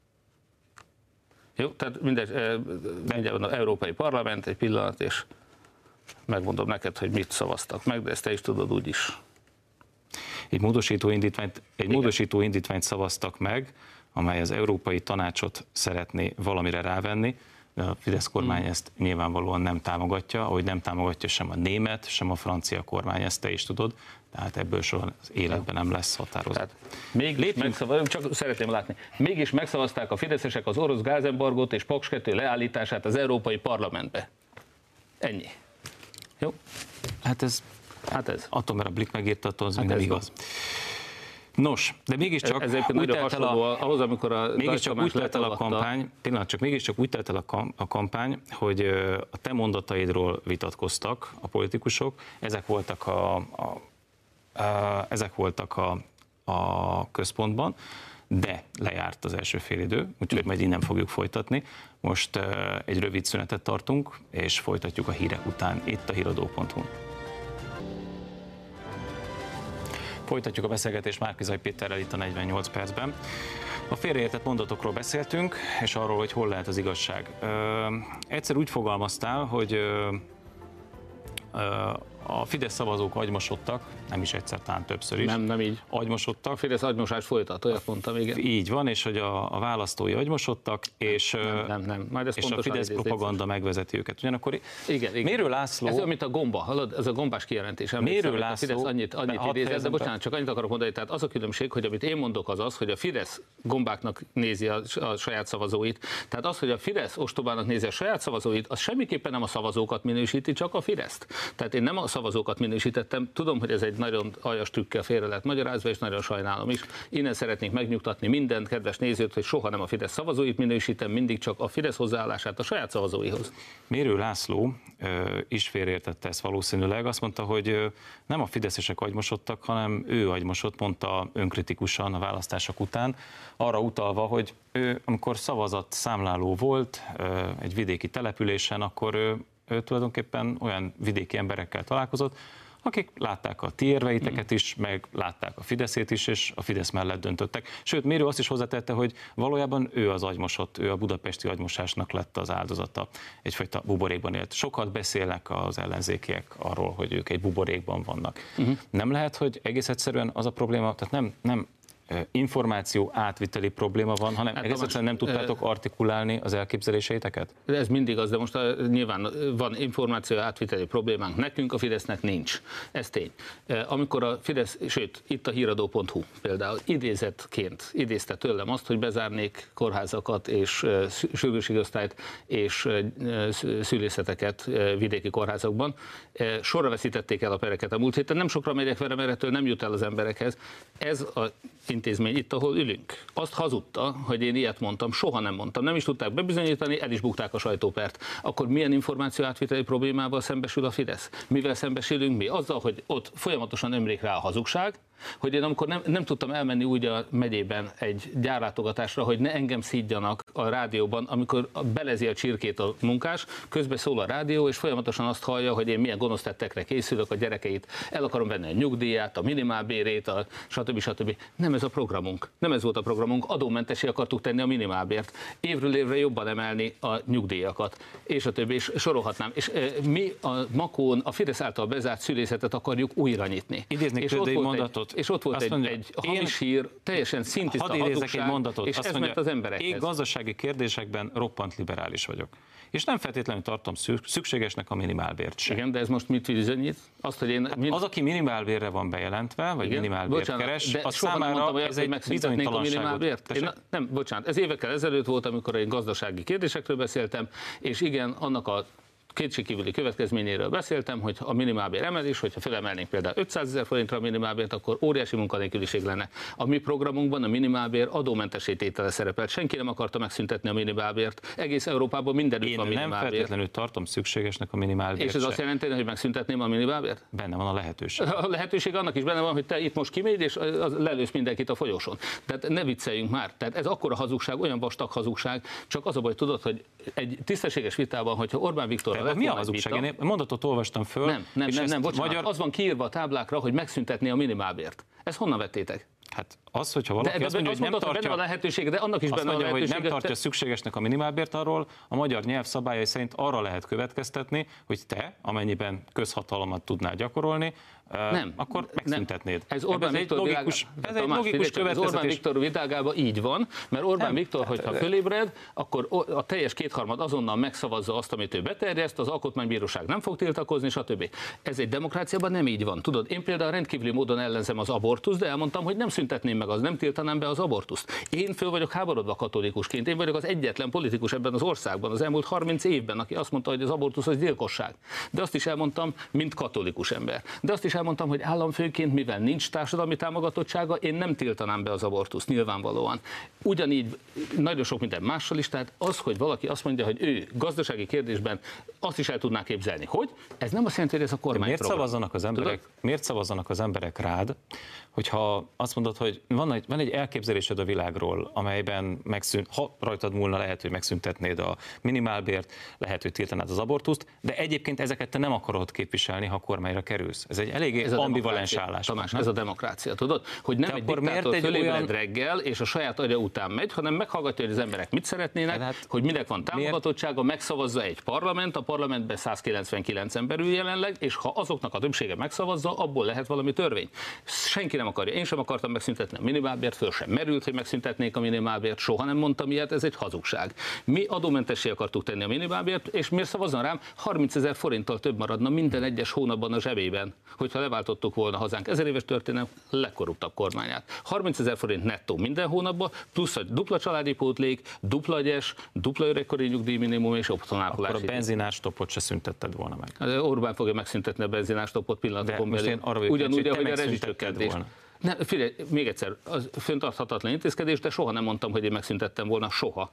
Jó, tehát mindegy, mindjárt van az Európai Parlament, egy pillanat, és megmondom neked, hogy mit szavaztak meg, de ezt te is tudod úgyis. Egy módosító indítványt, egy módosító indítványt szavaztak meg, amely az Európai Tanácsot szeretné valamire rávenni, de a Fidesz kormány hmm. ezt nyilvánvalóan nem támogatja, ahogy nem támogatja sem a német, sem a francia kormány, ezt te is tudod, tehát ebből soha az életben nem lesz határozat. Mégis megszavazták, csak szeretném látni, mégis megszavazták a fideszesek az orosz gázembargót és Paks kettő leállítását az Európai Parlamentbe. Ennyi. Jó? Hát ez... Hát ez. Attól, mert a Blik megírta, attól az hát még nem igaz. Nos, de mégiscsak ez úgy telt el a, ahhoz, amikor a mégiscsak úgy telt el a kampány, pillanat, csak mégiscsak úgy telt el a, kam, a kampány, hogy a te mondataidról vitatkoztak a politikusok, ezek voltak a, a, a, ezek voltak a, a központban, de lejárt az első félidő, úgyhogy majd innen fogjuk folytatni. Most egy rövid szünetet tartunk, és folytatjuk a hírek után itt a híradó pont hu. Folytatjuk a beszélgetést Márki-Zay Péterrel itt a negyvennyolc percben. A félreértett mondatokról beszéltünk, és arról, hogy hol lehet az igazság. Ö, egyszer úgy fogalmaztál, hogy ö, ö, a Fidesz szavazók agymosodtak, nem is egyszer, talán többször is. Nem, nem így. Agymosodtak. A Fidesz agymosást folytat, olyat mondtam, igen. Így van, és hogy a, a választói agymosodtak, és, nem, nem, nem. Majd és a Fidesz propaganda megvezeti őket. Ugyanakkor igen, igen. Mérő László... Ez olyan, mint a gomba, hallod? Ez a gombás kijelentés. Mérő László... A Fidesz annyit, annyit idézett, de bocsánat, csak annyit akarok mondani, tehát az a különbség, hogy amit én mondok az az, hogy a Fidesz gombáknak nézi a, a saját szavazóit. Tehát az, hogy a Fidesz ostobának nézi a saját szavazóit, az semmiképpen nem a szavazókat minősíti, csak a Fideszt. Tehát én nem a szavazókat minősítettem. Tudom, hogy ez egy nagyon aljas trükkel félre lett magyarázva, és nagyon sajnálom is. Innen szeretnék megnyugtatni minden kedves nézőt, hogy soha nem a Fidesz szavazóit minősítem, mindig csak a Fidesz hozzáállását a saját szavazóihoz. Mérő László ö, is félreértette ezt valószínűleg. Azt mondta, hogy ö, nem a fideszesek agymosodtak, hanem ő agymosott, mondta önkritikusan a választások után, arra utalva, hogy ő, amikor szavazat számláló volt ö, egy vidéki településen, akkor ő, ő tulajdonképpen olyan vidéki emberekkel találkozott, akik látták a ti érveiteket is, meg látták a Fideszét is, és a Fidesz mellett döntöttek. Sőt, Mérő azt is hozzátette, hogy valójában ő az agymosott, ő a budapesti agymosásnak lett az áldozata. Egyfajta buborékban élt. Sokat beszélnek az ellenzékiek arról, hogy ők egy buborékban vannak. Uh-huh. Nem lehet, hogy egész egyszerűen az a probléma, tehát nem, nem információ átviteli probléma van, hanem hát, egész egyszerűen nem tudtátok artikulálni az elképzeléseiteket? Ez mindig az, de most nyilván van információ átviteli problémánk nekünk, a Fidesznek nincs. Ez tény. Amikor a Fidesz, sőt, itt a híradó pont hu például idézetként idézte tőlem azt, hogy bezárnék kórházakat és sürgősségosztályt és szülészeteket vidéki kórházakban. Sorra veszítették el a pereket a múlt héten, nem sokra megyek vele, mert ettől nem jut el az emberekhez. Ez a intézmény itt, ahol ülünk. Azt hazudta, hogy én ilyet mondtam, soha nem mondtam, nem is tudták bebizonyítani, el is bukták a sajtópert. Akkor milyen információ átviteli problémával szembesül a Fidesz? Mivel szembesülünk mi? Azzal, hogy ott folyamatosan ömlik rá a hazugság, Hogy én amikor nem, nem tudtam elmenni úgy a megyében egy gyárlátogatásra, hogy ne engem szídjanak a rádióban, amikor belezi a csirkét a munkás, közben szól a rádió, és folyamatosan azt hallja, hogy én milyen gonosz tettekre készülök, a gyerekeit el akarom venni a nyugdíját, a minimálbérét, a stb. stb. Nem ez a programunk. Nem ez volt a programunk, adómentessé akartuk tenni a minimálbért. Évről évre jobban emelni a nyugdíjakat, és a többi, és sorolhatnám. És e, mi a Makón a Fidesz által bezárt szülészetet akarjuk újra nyitni. Idéznék tőle egy mondatot. És ott volt egy, mondja, egy hamis hír, teljesen szintiszta hazugság, egy mondatot, és ez mondja, ment az emberekhez. Én gazdasági kérdésekben roppant liberális vagyok. És nem feltétlenül tartom szükségesnek a minimálbért sem. Igen, de ez most mit bizonyít? Azt, hogy én... Hát mind... Az, aki minimálbérre van bejelentve, vagy igen? minimálbért bocsánat, keres, az számára mondtam, ez egy bizonytalanságot. Én, nem, bocsánat, ez évekkel ezelőtt volt, amikor egy gazdasági kérdésekről beszéltem, és igen, annak a kétségkívüli következményéről beszéltem, hogy a minimálbér emelés, hogyha felemelnénk például ötszázezer forintra a minimálbért, akkor óriási munkanélküliség lenne. A mi programunkban a minimálbér adómentessé tétele szerepelt. Senki nem akarta megszüntetni a minimálbért. Egész Európában mindenütt Én van minimálbér. Én nem feltétlenül tartom szükségesnek a minimálbért. És ez se. Azt jelenti, hogy megszüntetném a minimálbért? Benne van a lehetőség. A lehetőség annak is benne van, hogy te itt most kimégy, és lelősz mindenkit a folyosón. Tehát ne vicceljünk már. Tehát ez akkora hazugság, olyan vastag hazugság, csak az a baj, tudod, hogy egy tisztességes vitában, hogyha Orbán Viktor mi a hazugság? Én mondatot olvastam föl. Nem, nem, nem, nem bocsánat, magyar... az van kiírva a táblákra, hogy megszüntetné a minimálbért. Ezt honnan vettétek? Hát az, hogyha valaki de, azt mondja, azt hogy nem mondod, tartja, benne a lehetőség, de annak is azt benne mondja, a lehetőség, hogy nem tartja te... szükségesnek a minimálbért, arról a magyar nyelv szabályai szerint arra lehet következtetni, hogy te, amennyiben közhatalmat tudnál gyakorolni, nem, akkor megszüntetnéd. Nem. Ez Orbán ez Viktor egy logikus, ez egy logikus következtetés. Ez Orbán Viktor világában így van, mert Orbán nem, Viktor, hogyha fölébred, akkor a teljes kétharmad azonnal megszavazza azt, amit ő beterjeszt, az alkotmánybíróság nem fog tiltakozni, stb. Ez egy demokráciában nem így van. Tudod, én például rendkívüli módon ellenzem az abortuszt, de elmondtam, hogy nem szüntetném meg az, nem tiltanám be az abortuszt. Én föl vagyok háborodva katolikusként, én vagyok az egyetlen politikus ebben az országban az elmúlt harminc évben, aki azt mondta, hogy az abortusz az gyilkosság. De azt is elmondtam, mint katolikus ember. De azt is elmondtam, hogy államfőként, mivel nincs társadalmi támogatottsága, én nem tiltanám be az abortuszt, nyilvánvalóan. Ugyanígy nagyon sok minden mással is, tehát az, hogy valaki azt mondja, hogy ő gazdasági kérdésben azt is el tudná képzelni, hogy ez nem azt jelenti, hogy ez a kormány miért szavazzanak az emberek, miért szavazzanak az emberek rád, hogyha azt mondod, hogy van egy, van egy elképzelésed a világról, amelyben megszűnt, ha rajtad múlna, lehet, hogy megszüntetnéd a minimálbért, lehet, hogy tiltanád az abortuszt, de egyébként ezeket te nem akarod képviselni, ha a kormányra kerülsz. Ez egy eléggé ambivalens állás. Tamás, ez a demokrácia, tudod? Hogy nem te egy diktátor fölébred olyan... reggel, és a saját agya után megy, hanem meghallgatja, hogy az emberek mit szeretnének, hát, hogy minek van támogatottsága, miért? Megszavazza egy parlament, a parlamentben százkilencvenkilenc ember ül jelenleg, és ha azoknak a többsége megszavazza, abból lehet valami törvény. Senki nem akarja. Én sem akartam megszüntetni a minimálbért, föl sem merült, hogy megszüntetnék a minimálbért, soha nem mondtam ilyet, ez egy hazugság. Mi adómentessé akartuk tenni a minimálbért, és miért szavazzon rám? harmincezer forinttal több maradna minden egyes hónapban a zsebében, hogyha leváltottuk volna hazánk ezer éves történelem legkorruptabb kormányát. harmincezer forint nettó minden hónapban, plusz a dupla családi pótlék, dupla agyes, dupla öregkori nyugdíjminimum és otthonálkolási. Akkor a benzinárstoppot se szüntetted volna meg. Orbán fogja megszüntetni a benzinárstoppot pillanatokon belül. Ugyanúgy, ahogy a rezsicsökkentés. Ne, figyelj, még egyszer, az fenntarthatatlan intézkedés, de soha nem mondtam, hogy én megszüntettem volna, soha.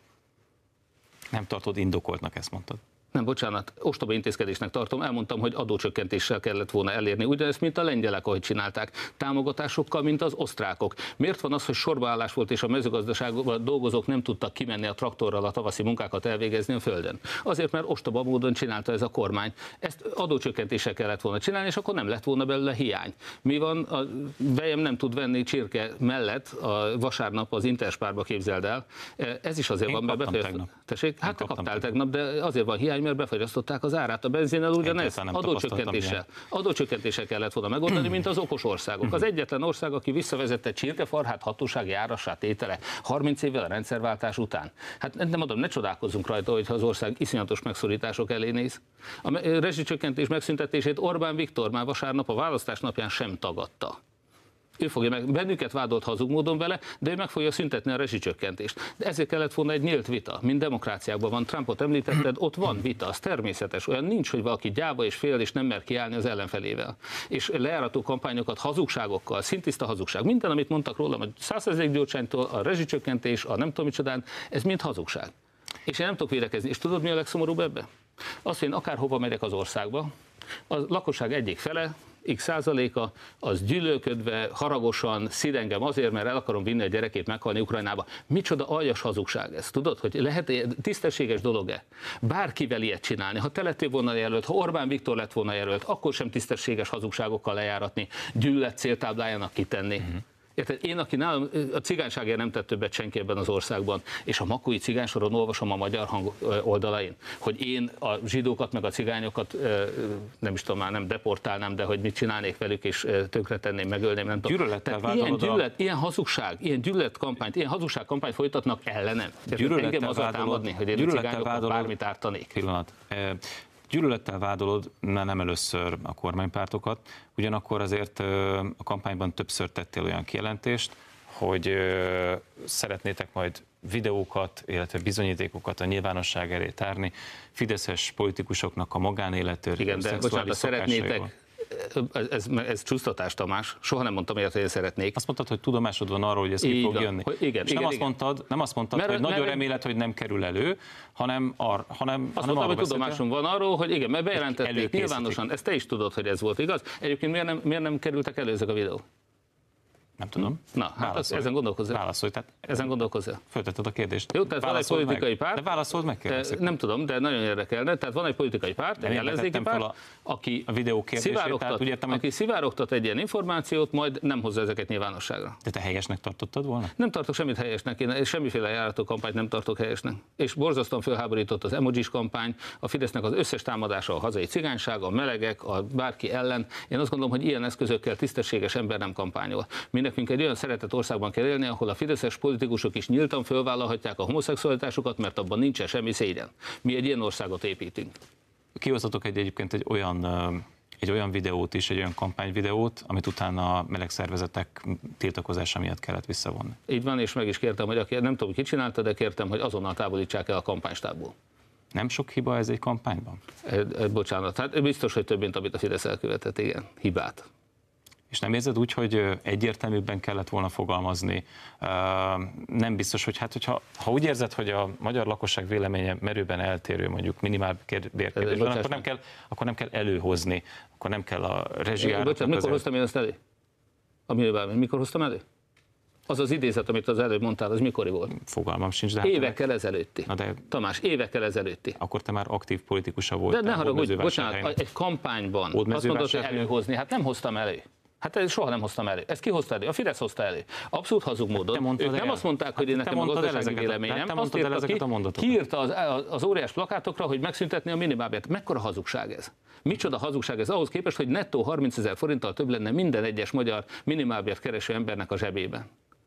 Nem tartod indokoltnak, ezt mondtad. Nem, bocsánat, ostoba intézkedésnek tartom, elmondtam, hogy adócsökkentéssel kellett volna elérni. Ugyanezt, mint a lengyelek, ahogy csinálták, támogatásokkal, mint az osztrákok. Miért van az, hogy sorbaállás volt, és a mezőgazdaságban dolgozók nem tudtak kimenni a traktorral a tavaszi munkákat elvégezni a földön? Azért, mert ostoba módon csinálta ez a kormány. Ezt adócsökkentéssel kellett volna csinálni, és akkor nem lett volna belőle hiány. Mi van, a vejem nem tud venni csirke mellett a vasárnap az Interspárba, képzeld el. Ez is azért Én van, mert Tessék? Hát te kaptál tegnap, de azért van hiány, mert befagyasztották az árát. A benzinnel ugyanez, adócsökkentéssel. Adócsökkentéssel kellett volna megoldani, mint az okos országok. Az egyetlen ország, aki visszavezette csirkefarhát hatósági árassá tétele harminc évvel a rendszerváltás után. Hát nem mondom, ne csodálkozzunk rajta, hogyha az ország iszonyatos megszorítások elé néz. A rezsicsökkentés megszüntetését Orbán Viktor már vasárnap a választás napján sem tagadta. Ő fogja meg, bennünket vádolt hazug módon vele, de ő meg fogja szüntetni a rezsicsökkentést. De ezért kellett volna egy nyílt vita. Mind demokráciákban van, Trumpot említetted, ott van vita, az természetes. Olyan nincs, hogy valaki gyáva és fél, és nem mer kiállni az ellenfelével. És lejárató kampányokat hazugságokkal, szintiszta hazugság. Minden, amit mondtak rólam, a százszerzalék Gyurcsánytól, a rezsicsökkentés, a nem tudom micsodán, ez mind hazugság. És én nem tudok védekezni. És tudod, mi a legszomorúbb ebbe? Az, hogy én akárhova megyek az országba, a lakosság egyik fele x százaléka, az gyűlölködve, haragosan szid engem azért, mert el akarom vinni a gyerekét meghalni Ukrajnába. Micsoda aljas hazugság ez, tudod, hogy lehet tisztességes dolog-e bárkivel ilyet csinálni? Ha te lettél volna jelölt, ha Orbán Viktor lett volna jelölt, akkor sem tisztességes hazugságokkal lejáratni, gyűlölet céltáblájának kitenni. Uh-huh. Érted? Én, aki nálam, a cigányságért nem tett többet senki ebben az országban, és a makói cigánysoron olvasom a Magyar Hang oldalain, hogy én a zsidókat meg a cigányokat nem is tudom már, nem deportálnám, de hogy mit csinálnék velük, és tönkretenném, megölném, nem tudom. Ilyen, gyűlölet, ilyen hazugság, ilyen gyűlöletkampányt, ilyen hazugságkampányt folytatnak ellenem. Engem az a támadni, hogy én a cigányokat bármit ártanék. Pillanat. Gyűlölettel vádolod nem először a kormánypártokat, ugyanakkor azért a kampányban többször tettél olyan kijelentést, hogy szeretnétek majd videókat, illetve bizonyítékokat a nyilvánosság elé tárni, fideszes politikusoknak a magánéletről, igen, de bocsánat, szeretnétek, ez, ez csúsztatás, Tamás, soha nem mondtam ilyet, hogy én szeretnék. Azt mondtad, hogy tudomásod van arról, hogy ez ki fog jönni. Hogy igen, és igen, nem, igen. Azt mondtad, nem azt mondtad, mert, hogy mert, nagyon remélet, hogy nem kerül elő, hanem, ar, hanem azt mondtam, hogy tudomásom van arról, hogy igen, mert bejelentették nyilvánosan, ezt te is tudod, hogy ez volt igaz. Egyébként miért nem, miért nem kerültek elő ezek a videók? Nem tudom. Na, hát az, ezen gondolkozzál. Válaszolj. Tehát ezen gondolkozzál. Föltetted a kérdést. Jó, tehát válaszold van egy politikai meg. párt. De válaszold meg, kérlek. Nem tudom, de nagyon érdekelne. Tehát van egy politikai párt, egy ellenzéki párt, a, aki, a videó szivárogtat, értem, aki szivárogtat egy ilyen információt, majd nem hozza ezeket nyilvánosságra. De te helyesnek tartottad volna? Nem tartok semmit helyesnek, én semmiféle járató kampányt nem tartok helyesnek. És borzasztóan fölháborított az emojis kampány, a Fidesznek az összes támadása a hazai cigányság, a melegek, a bárki ellen. Én azt gondolom, hogy ilyen eszközökkel tisztességes ember nem kampányol. Mi nekünk egy olyan szeretet országban kell élni, ahol a fideszes politikusok is nyíltan fölvállalhatják a homoszexualitásukat, mert abban nincsen semmi szégyen. Mi egy ilyen országot építünk. Kihoztatok egy, egyébként egy olyan, egy olyan videót is, egy olyan kampányvideót, amit utána a meleg szervezetek tiltakozása miatt kellett visszavonni. Így van, és meg is kértem, hogy aki, nem tudom, ki csinálta, de kértem, hogy azonnal távolítsák el a kampánystábból. Nem sok hiba ez egy kampányban? E, e, bocsánat, hát biztos, hogy több, mint amit a Fidesz elkövetett, igen, hibát. És nem érzed úgy, hogy egyértelműbben kellett volna fogalmazni? Nem biztos, hogy hát, hogyha, ha úgy érzed, hogy a magyar lakosság véleménye merőben eltérő, mondjuk minimál bérkérdésben, akkor nem kell, akkor nem kell előhozni, akkor nem kell a rezsijárat. Bocsánat, mikor azért... hoztam én ezt elő? A minimálbér, mikor hoztam elő? Az az idézet, amit az előbb mondtál, az mikori volt? Fogalmam sincs, de... Évekkel hát ezelőtti. Na de... Tamás, évekkel ezelőtti. Akkor te már aktív politikusa voltál. De ne haragudj, bocsánat, egy kampányban azt mondod, hogy előhozni, hát nem hoztam elő. Hát ezt soha nem hoztam elő. Ezt ki hozta elő? A Fidesz hozta elő. Abszolút hazug módon. Ők nem el. azt mondták, hogy én nekem a gazdasági véleményem. Te azt írta ki, a kiírta az, az óriás plakátokra, hogy megszüntetni a minimálbért. Mekkora hazugság ez? Micsoda hazugság ez ahhoz képest, hogy nettó harmincezer forinttal több lenne minden egyes magyar minimálbért kereső embernek a zsebében.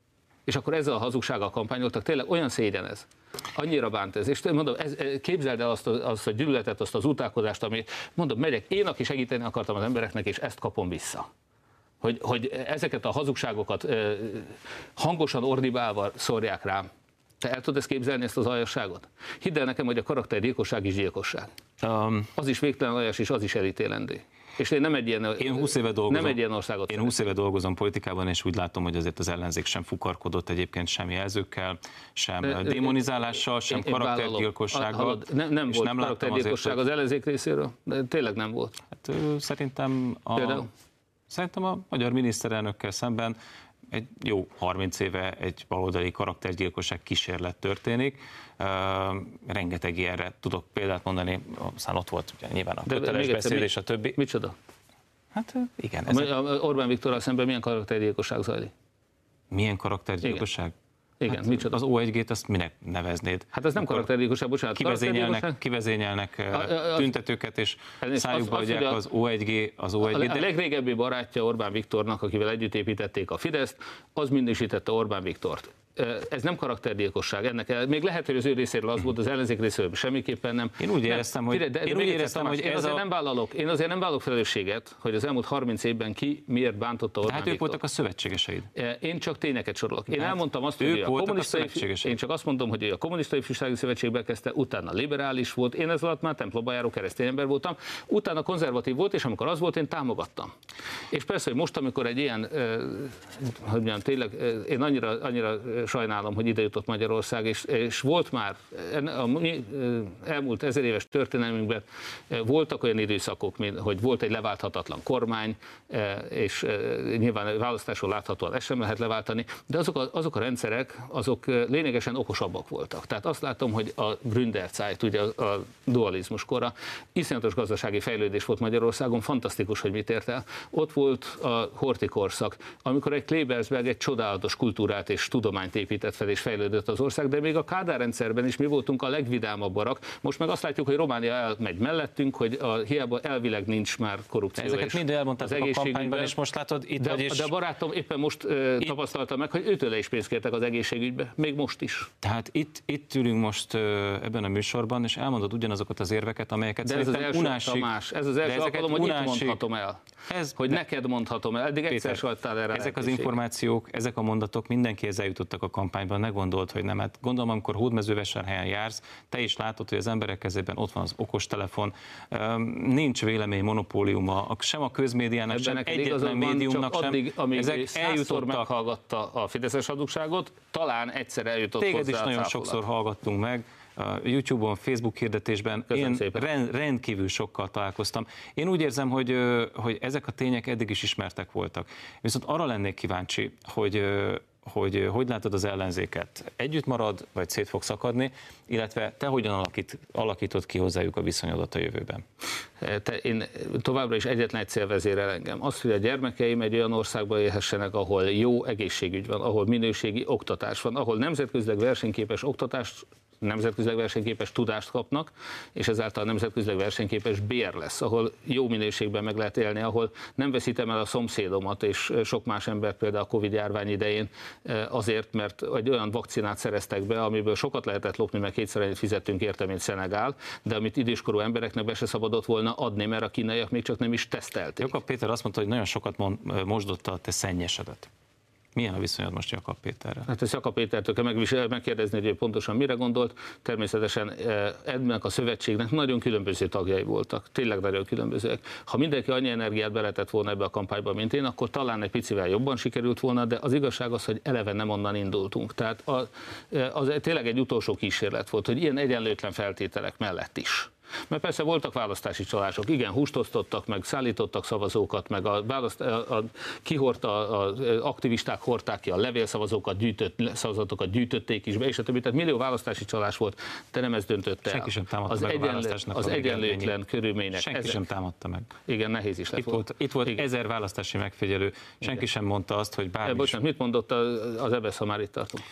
És akkor ezzel a hazugsággal kampányoltak, tényleg olyan szégyen ez. Annyira bánt ez. És mondom, ez, képzeld el azt a, azt a gyűlöletet, azt az utálkozást, ami, mondom, megyek, én, aki segíteni akartam az embereknek, és ezt kapom vissza. Hogy, hogy ezeket a hazugságokat eh, hangosan ordibálva szórják rám. Te el tudod ezt képzelni, ezt az aljasságot? Hidd el nekem, hogy a karaktergyilkosság is gyilkosság. Um, az is végtelen aljas, és az is elítélendő. És én nem egy ilyen, én húsz éve dolgozom, nem egy ilyen országot Én húsz éve dolgozom politikában, és úgy látom, hogy azért az ellenzék sem fukarkodott egyébként sem jelzőkkel, sem de, démonizálással, sem én, karaktergyilkossággal. Nem, nem volt nem karaktergyilkosság az ellenzék részéről, de tényleg nem volt. Hát, szerintem a... Például? Szerintem a magyar miniszterelnökkel szemben egy jó harminc éve egy baloldali karaktergyilkosság kísérlet történik. Uh, rengeteg ilyenre tudok példát mondani, aztán ott volt ugye, nyilván a köteles beszéd, a többi. Micsoda? Hát igen. Ezek... Orbán Viktorral szemben milyen karaktergyilkosság zajlik? Milyen karaktergyilkosság? Igen. Igen, hát micsoda? Az ó egy gét azt minek neveznéd? Hát ez nem karaktergyilkosság, bocsánat. Kivezényelnek, kivezényelnek a, a, a, tüntetőket, és szájukba adják az ó egy gé, az ó egy gé. A, a legrégebbi barátja Orbán Viktornak, akivel együtt építették a Fideszt, az minősítette Orbán Viktort. Ez nem karaktergyilkosság, ennek el, még lehet, hogy az ő részéről az volt, az ellenzék részéről semmiképpen nem. Én úgy éreztem, hogy, de, én úgy éreztem, hogy én ez azért a... nem vállalok, én azért nem vállalok felelősséget, hogy az elmúlt harminc évben ki miért bántotta Orbán Hát ők voltak a szövetségeseid. Én csak tényeket sorolok. Én hát elmondtam azt, hogy a kommunista én csak azt mondom, hogy a Kommunista Ifjúsági Szövetségbe kezdte, utána liberális volt, én ez alatt már templomba járó keresztény ember voltam, utána konzervatív volt, és amikor az volt, én támogattam. És persze, hogy most, amikor egy ilyen, hogy mondjam, tényleg, én annyira, annyira sajnálom, hogy ide jutott Magyarország, és, és volt már a elmúlt ezer éves történelmünkben voltak olyan időszakok, mint, hogy volt egy leválthatatlan kormány, és nyilván választáson láthatóan ezt sem lehet leváltani, de azok a, azok a rendszerek, azok lényegesen okosabbak voltak. Tehát azt látom, hogy a Gründerzeit, ugye a, a dualizmus kora, iszonyatos gazdasági fejlődés volt Magyarországon, fantasztikus, hogy mit ért el. Ott volt a Horthy korszak, amikor egy Klebersberg egy csodálatos kultúrát és tudományt épített fel és fejlődött az ország, de még a Kádár rendszerben is mi voltunk a legvidámabbak. Most meg azt látjuk, hogy Románia elmegy mellettünk, hogy a, hiába elvileg nincs már korrupció. Ezeket mind elmondták a kampányban, és most látod itt de, vagy is... De barátom éppen most uh, itt... tapasztalta meg, hogy őtőle is pénzt kértek az egészségügybe, még most is. Tehát itt, itt ülünk most uh, ebben a műsorban, és elmondod ugyanazokat az érveket, amelyeket de ez az első, unásig... Tamás, ez az első alkalom, hogy unásig... itt mondhatom el. Ez, hogy de... neked mondhatom el, eddig egyszer voltál erre. Ezek az információk, ezek a mondatok mindenkihez eljutottak a kampányban, ne gondold, hogy nem. Hát gondolom, amikor Hódmezővásárhelyen jársz, te is látod, hogy az emberek kezében ott van az okostelefon, nincs vélemény monopóliuma, sem a közmédiának, sem egyetlen médiumnak sem. Addig, amíg ezek eljutottak, meghallgatta a fideszes hazugságot, talán egyszer eljutott Téged hozzá. Téged is nagyon sokszor hallgattunk meg. A YouTube-on, Facebook hirdetésben én rendkívül sokkal találkoztam. Én úgy érzem, hogy, hogy ezek a tények eddig is ismertek voltak. Viszont arra lennék kíváncsi, hogy hogy hogy látod az ellenzéket? Együtt marad, vagy szét fog szakadni, illetve te hogyan alakít, alakítod ki hozzájuk a viszonyodat a jövőben? Te, én továbbra is egyetlen egy cél vezérel engem. Az, hogy a gyermekeim egy olyan országban élhessenek, ahol jó egészségügy van, ahol minőségi oktatás van, ahol nemzetközileg versenyképes oktatást, nemzetközileg versenyképes tudást kapnak, és ezáltal nemzetközileg versenyképes bér lesz, ahol jó minőségben meg lehet élni, ahol nem veszítem el a szomszédomat, és sok más embert például a Covid járvány idején azért, mert egy olyan vakcinát szereztek be, amiből sokat lehetett lopni, mert kétszer annyit fizettünk érte, mint Szenegál, de amit időskorú embereknek be se szabadott volna adni, mert a kínaiak még csak nem is tesztelték. Jakab Péter azt mondta, hogy nagyon sokat mond, mosdotta a te szennyesedet. Milyen a viszonyod most Jakab Péterrel? Hát ezt Jakab Pétertől kell megkérdezni, hogy ő pontosan mire gondolt. Természetesen ennek a szövetségnek nagyon különböző tagjai voltak, tényleg nagyon különbözőek. Ha mindenki annyi energiát beletett volna ebbe a kampányba, mint én, akkor talán egy picivel jobban sikerült volna, de az igazság az, hogy eleve nem onnan indultunk. Tehát az, az tényleg egy utolsó kísérlet volt, hogy ilyen egyenlőtlen feltételek mellett is. Mert persze voltak választási csalások, igen, húst osztottak, meg szállítottak szavazókat, meg a, választ, a, a kihordta, az aktivisták hordták ki a levélszavazókat, gyűjtött, szavazatokat gyűjtötték is be, és a többi, tehát millió választási csalás volt, de nem ez döntötte el. Senki sem támadta az meg egyenlő, a választásnak az egyenlőtlen körülmények. Senki ezek. sem támadta meg. Igen, nehéz is lett itt volt. Itt volt igen. ezer választási megfigyelő, senki igen. sem mondta azt, hogy bármi. Bocsánat, mit mondott az é bé e es, ha már itt tartunk?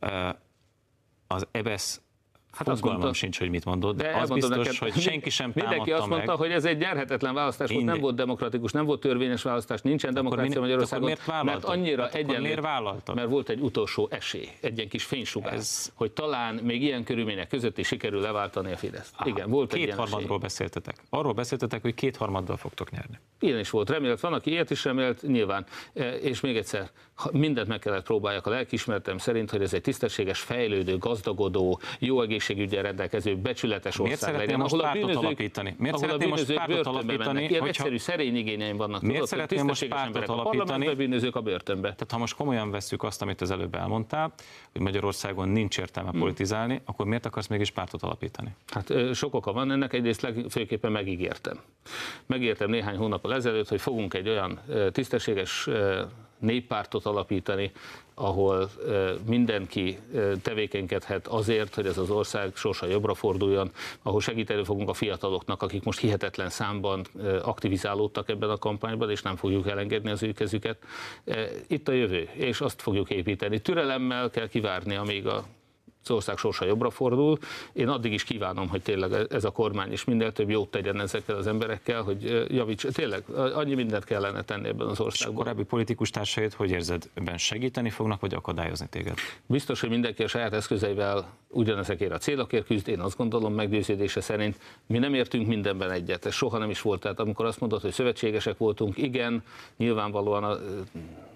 Az é bé e es Hát fogalmam mondta, sincs, hogy mit mondod, de az biztos, neked, hogy senki sem támadta mindenki azt mondta, meg. Hogy ez egy nyerhetetlen választás volt, nem volt demokratikus, nem volt törvényes választás, nincsen demokrácia Magyarországon, mert annyira egyenlő, mert volt egy utolsó esély, egy ilyen kis fénysugár, ez... hogy talán még ilyen körülmények között is sikerül leváltani a Fideszt. Aha, igen, volt egy ilyen kétharmadról beszéltetek. Arról beszéltetek, hogy kétharmaddal fogtok nyerni. Ilyen is volt, remélt, van, aki ilyet is remélt, nyilván. És még egyszer, mindent meg kellett próbáljak a lelkiismeretem szerint, hogy ez egy tisztességes, fejlődő, gazdagodó, jó egészségügyen rendelkező, becsületes ország legyen. Miért szeretnél most pártot alapítani? Miért szeretnél most pártot alapítani? Ilyen egyszerű, szerény igényeim vannak. Miért szeretnél most pártot alapítani? A bűnözők a börtönbe. Tehát ha most komolyan vesszük azt, amit az előbb elmondtál, hogy Magyarországon nincs értelme hmm. politizálni, akkor miért akarsz mégis pártot alapítani? Hát sok oka van ennek, egyrészt főképpen megígértem. Megígértem néhány hónappal ezelőtt, hogy fogunk egy olyan tisztességes néppártot alapítani, ahol mindenki tevékenykedhet azért, hogy ez az ország sorsa jobbra forduljon, ahol segíteni fogunk a fiataloknak, akik most hihetetlen számban aktivizálódtak ebben a kampányban, és nem fogjuk elengedni az ő kezüket. Itt a jövő, és azt fogjuk építeni. Türelemmel kell kivárni, amíg a az ország sorsa jobbra fordul. Én addig is kívánom, hogy tényleg ez a kormány is minél több jót tegyen ezekkel az emberekkel, hogy javíts. Tényleg annyi mindent kellene tenni ebben az országban. És a korábbi politikus társait, hogy érzed, ebben segíteni fognak, vagy akadályozni téged? Biztos, hogy mindenki a saját eszközeivel ugyanezekért a célokért küzd. Én azt gondolom meggyőződése szerint, mi nem értünk mindenben egyet. Ez soha nem is volt. Tehát amikor azt mondod, hogy szövetségesek voltunk, igen, nyilvánvalóan a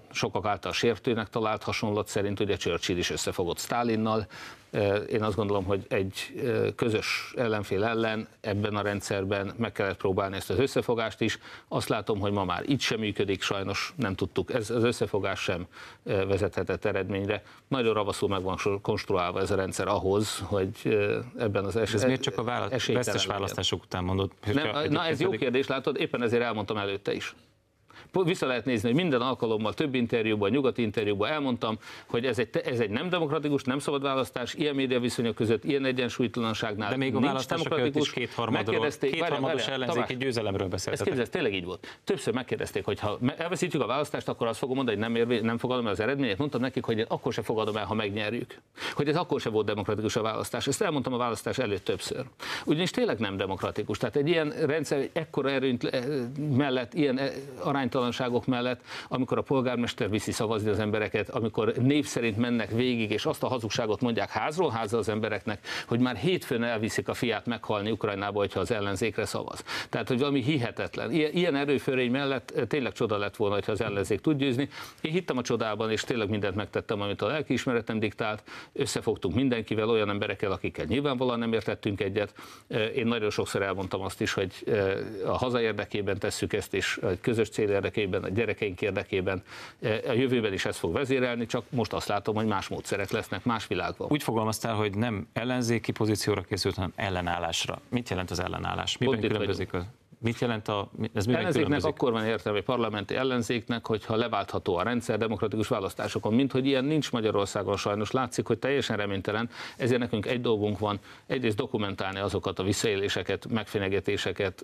sokak által sértőnek talált hasonlat szerint ugye Churchill is összefogott Sztálinnal. Én azt gondolom, hogy egy közös ellenfél ellen ebben a rendszerben meg kellett próbálni ezt az összefogást is. Azt látom, hogy ma már így sem működik, sajnos nem tudtuk, ez az összefogás sem vezethetett eredményre. Nagyon ravaszul meg van konstruálva ez a rendszer ahhoz, hogy ebben az esetben. Ez miért csak a vála- vesztes választások után mondod? Nem, na ez jó kérdés, látod, éppen ezért elmondtam előtte is. Vissza lehet nézni, hogy minden alkalommal, több interjúban, nyugati interjúban elmondtam, hogy ez egy, ez egy nem demokratikus, nem szabad választás, ilyen médiaviszonyok között, ilyen egyensúlytalanságnál. De még a választások előtt is kétharmados két ellenzéki győzelemről beszéltetek. Ez tényleg így volt. Többször megkérdezték, hogy ha elveszítjük a választást, akkor azt fogom mondani, hogy nem, ér, nem fogadom el az eredményet. Mondtam nekik, hogy én akkor se fogadom el, ha megnyerjük. Hogy ez akkor se volt demokratikus a választás. Ezt elmondtam a választás előtt többször. Ugyanis tényleg nem demokratikus. Tehát egy ilyen rendszer, egy ekkora erőnyt mellett, ilyen aránytalanságok mellett, amikor a polgármester viszi szavazni az embereket, amikor név szerint mennek végig, és azt a hazugságot mondják házról házra az embereknek, hogy már hétfőn elviszik a fiát meghalni Ukrajnába, hogyha az ellenzékre szavaz. Tehát, hogy valami hihetetlen. Ilyen, ilyen erőförény mellett tényleg csoda lett volna, hogyha az ellenzék tud győzni. Én hittem a csodában, és tényleg mindent megtettem, amit a lelkiismeretem diktált. Összefogtunk mindenkivel, olyan emberekkel, akikkel nyilvánvalóan nem értettünk egyet. Én nagyon sokszor elmondtam azt is, hogy a haza érdekében tesszük ezt, és a közös cél érdekében, a gyerekeink érdekében. A jövőben is ez fog vezérelni, csak most azt látom, hogy más módszerek lesznek, más világban. Úgy fogalmaztál, hogy nem ellenzéki pozícióra készült, hanem ellenállásra. Mit jelent az ellenállás? Miben különbözik az? Mit jelent a... Ez miben ellenzéknek különbözik? Akkor van értelme, parlamenti ellenzéknek, hogyha leváltható a rendszer demokratikus választásokon, mint hogy ilyen nincs Magyarországon sajnos. Látszik, hogy teljesen reménytelen, ezért nekünk egy dolgunk van, egyrészt dokumentálni azokat a visszaéléseket, megfenyegetéseket,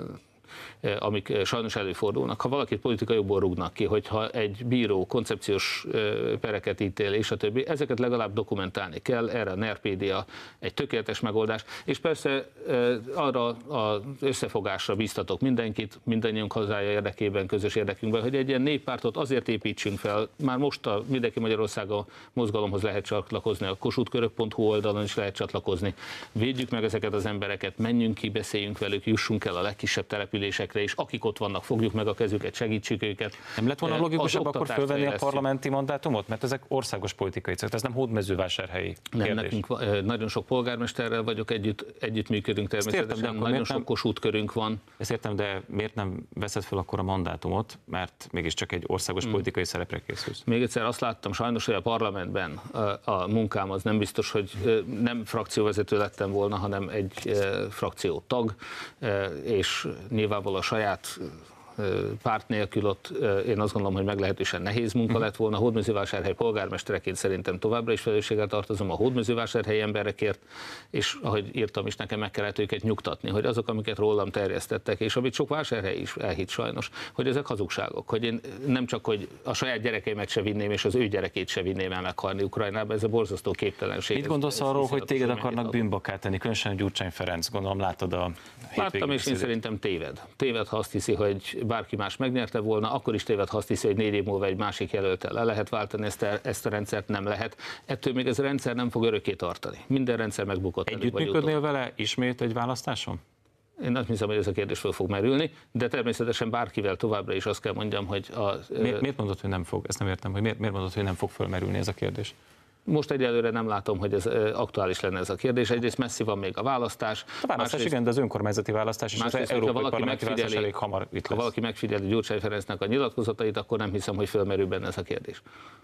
amik sajnos előfordulnak. Ha valakit politikai jogból rúgnak ki, hogyha egy bíró koncepciós pereket ítél, és a többi, ezeket legalább dokumentálni kell, erre a NERPédia egy tökéletes megoldás, és persze arra az összefogásra bíztatok mindenkit, mindannyiunk hazája érdekében, közös érdekünkben, hogy egy ilyen néppártot azért építsünk fel, már most a Mindenki Magyarországa mozgalomhoz lehet csatlakozni, a kossuthkörök pont hu oldalon is lehet csatlakozni, védjük meg ezeket az embereket, menjünk ki, beszéljünk velük, jussunk el a legkisebb településekre, és akik ott vannak, fogjuk meg a kezüket, segítsük őket. Nem lett volna logikusabb akkor fölvenni a parlamenti mandátumot? Mert ezek országos politikai célok, ez nem hódmezővásárhelyi kérdés. Nem, nekünk nagyon sok polgármesterrel vagyok együtt, együttműködünk természetesen, értem, nagyon sok Kossuth-körünk van. Ezt értem, de miért nem veszed fel akkor a mandátumot, mert mégiscsak egy országos hmm. politikai szerepre készülsz? Még egyszer azt láttam sajnos, hogy a parlamentben a, a munkám az nem biztos, hogy nem frakcióvezető lettem volna, hanem egy frakciótag, és nyilvánvalóan a saját párt nélkül ott én azt gondolom, hogy meglehetősen nehéz munka lett volna. A Hódmezővásárhely polgármestereként szerintem továbbra is felelősséggel tartozom a hódmezővásárhelyi emberekért, és ahogy írtam is, nekem meg kellett őket nyugtatni, hogy azok, amiket rólam terjesztettek, és amit sok vásárhely is elhitt sajnos, hogy ezek hazugságok, hogy én nem csak, hogy a saját gyerekeimet se vinném, és az ő gyerekét se vinném el meghalni Ukrajnába, ez a borzasztó képtelenség. Mit gondolsz ez, arról, hogy téged akarnak bűnbakká tenni, különösen Gyurcsány Ferenc, gondolom látod a Láttam, és én szerintem téved. Téved, ha azt hiszi, hogy bárki más megnyerte volna, akkor is téved, ha azt hiszi, hogy négy év múlva egy másik jelöltel le lehet váltani ezt a, ezt a rendszert, nem lehet. Ettől még ez a rendszer nem fog örökké tartani. Minden rendszer megbukott. Együttműködnél vele ismét egy választáson? Én nem hiszem, hogy ez a kérdés föl fog merülni, de természetesen bárkivel továbbra is azt kell mondjam, hogy a... Miért, miért mondod, hogy nem fog? Ezt nem értem, hogy miért, miért mondod, hogy nem fog fölmerülni ez a kérdés? Most egyelőre nem látom, hogy ez aktuális lenne ez a kérdés. Egyrészt messzi van még a választás. A választás igen, de az önkormányzati választás és az európai parlamenti választás elég hamar itt lesz. Ha valaki megfigyeli Gyurcsány Ferencnek a nyilatkozatait, akkor nem hiszem, hogy fölmerül benne ez a kérdés.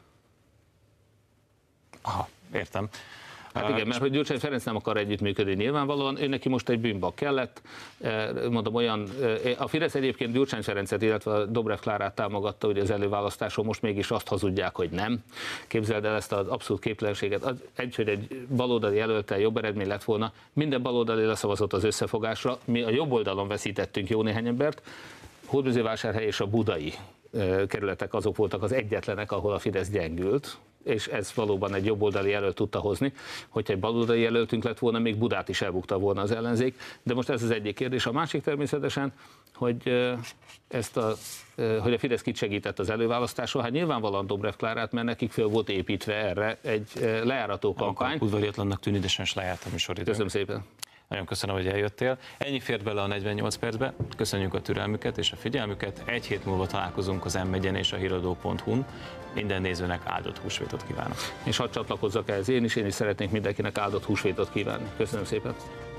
Aha, értem. Hát igen, mert hogy Gyurcsány Ferenc nem akar együttműködni nyilvánvalóan, ő neki most egy bűnbak kellett, mondom olyan, a Fidesz egyébként Gyurcsány Ferencet, illetve a Dobrev Klárát támogatta ugye az előválasztáson, most mégis azt hazudják, hogy nem. Képzeld el ezt az abszolút képtelenséget, egy, hogy egy baloldali jelöltel jobb eredmény lett volna, minden baloldali leszavazott az összefogásra, mi a jobb oldalon veszítettünk jó néhány embert, Hódmezővásárhely és a budai kerületek azok voltak az egyetlenek, ahol a Fidesz gyengült, és ez valóban egy jobboldali jelölt tudta hozni. Hogyha egy baloldali jelöltünk lett volna, még Budát is elbukta volna az ellenzék. De most ez az egyik kérdés. A másik természetesen, hogy, ezt a, hogy a Fidesz kit segített az előválasztáson. Hát nyilvánvalóan Dobrev Klárát, mert nekik föl volt építve erre egy lejárató kampány. Udvariatlannak tűnik, de sem lejárt a műsoridő. Köszönöm szépen. Nagyon köszönöm, hogy eljöttél. Ennyi fért bele a negyvennyolc percbe. Köszönjük a türelmüket és a figyelmüket. Egy hét múlva találkozunk az em egyen és a híradó pont hu-n. Minden nézőnek áldott húsvétot kívánok. És hadd csatlakozzak ehhez én is, én is szeretnék mindenkinek áldott húsvétot kívánni. Köszönöm szépen.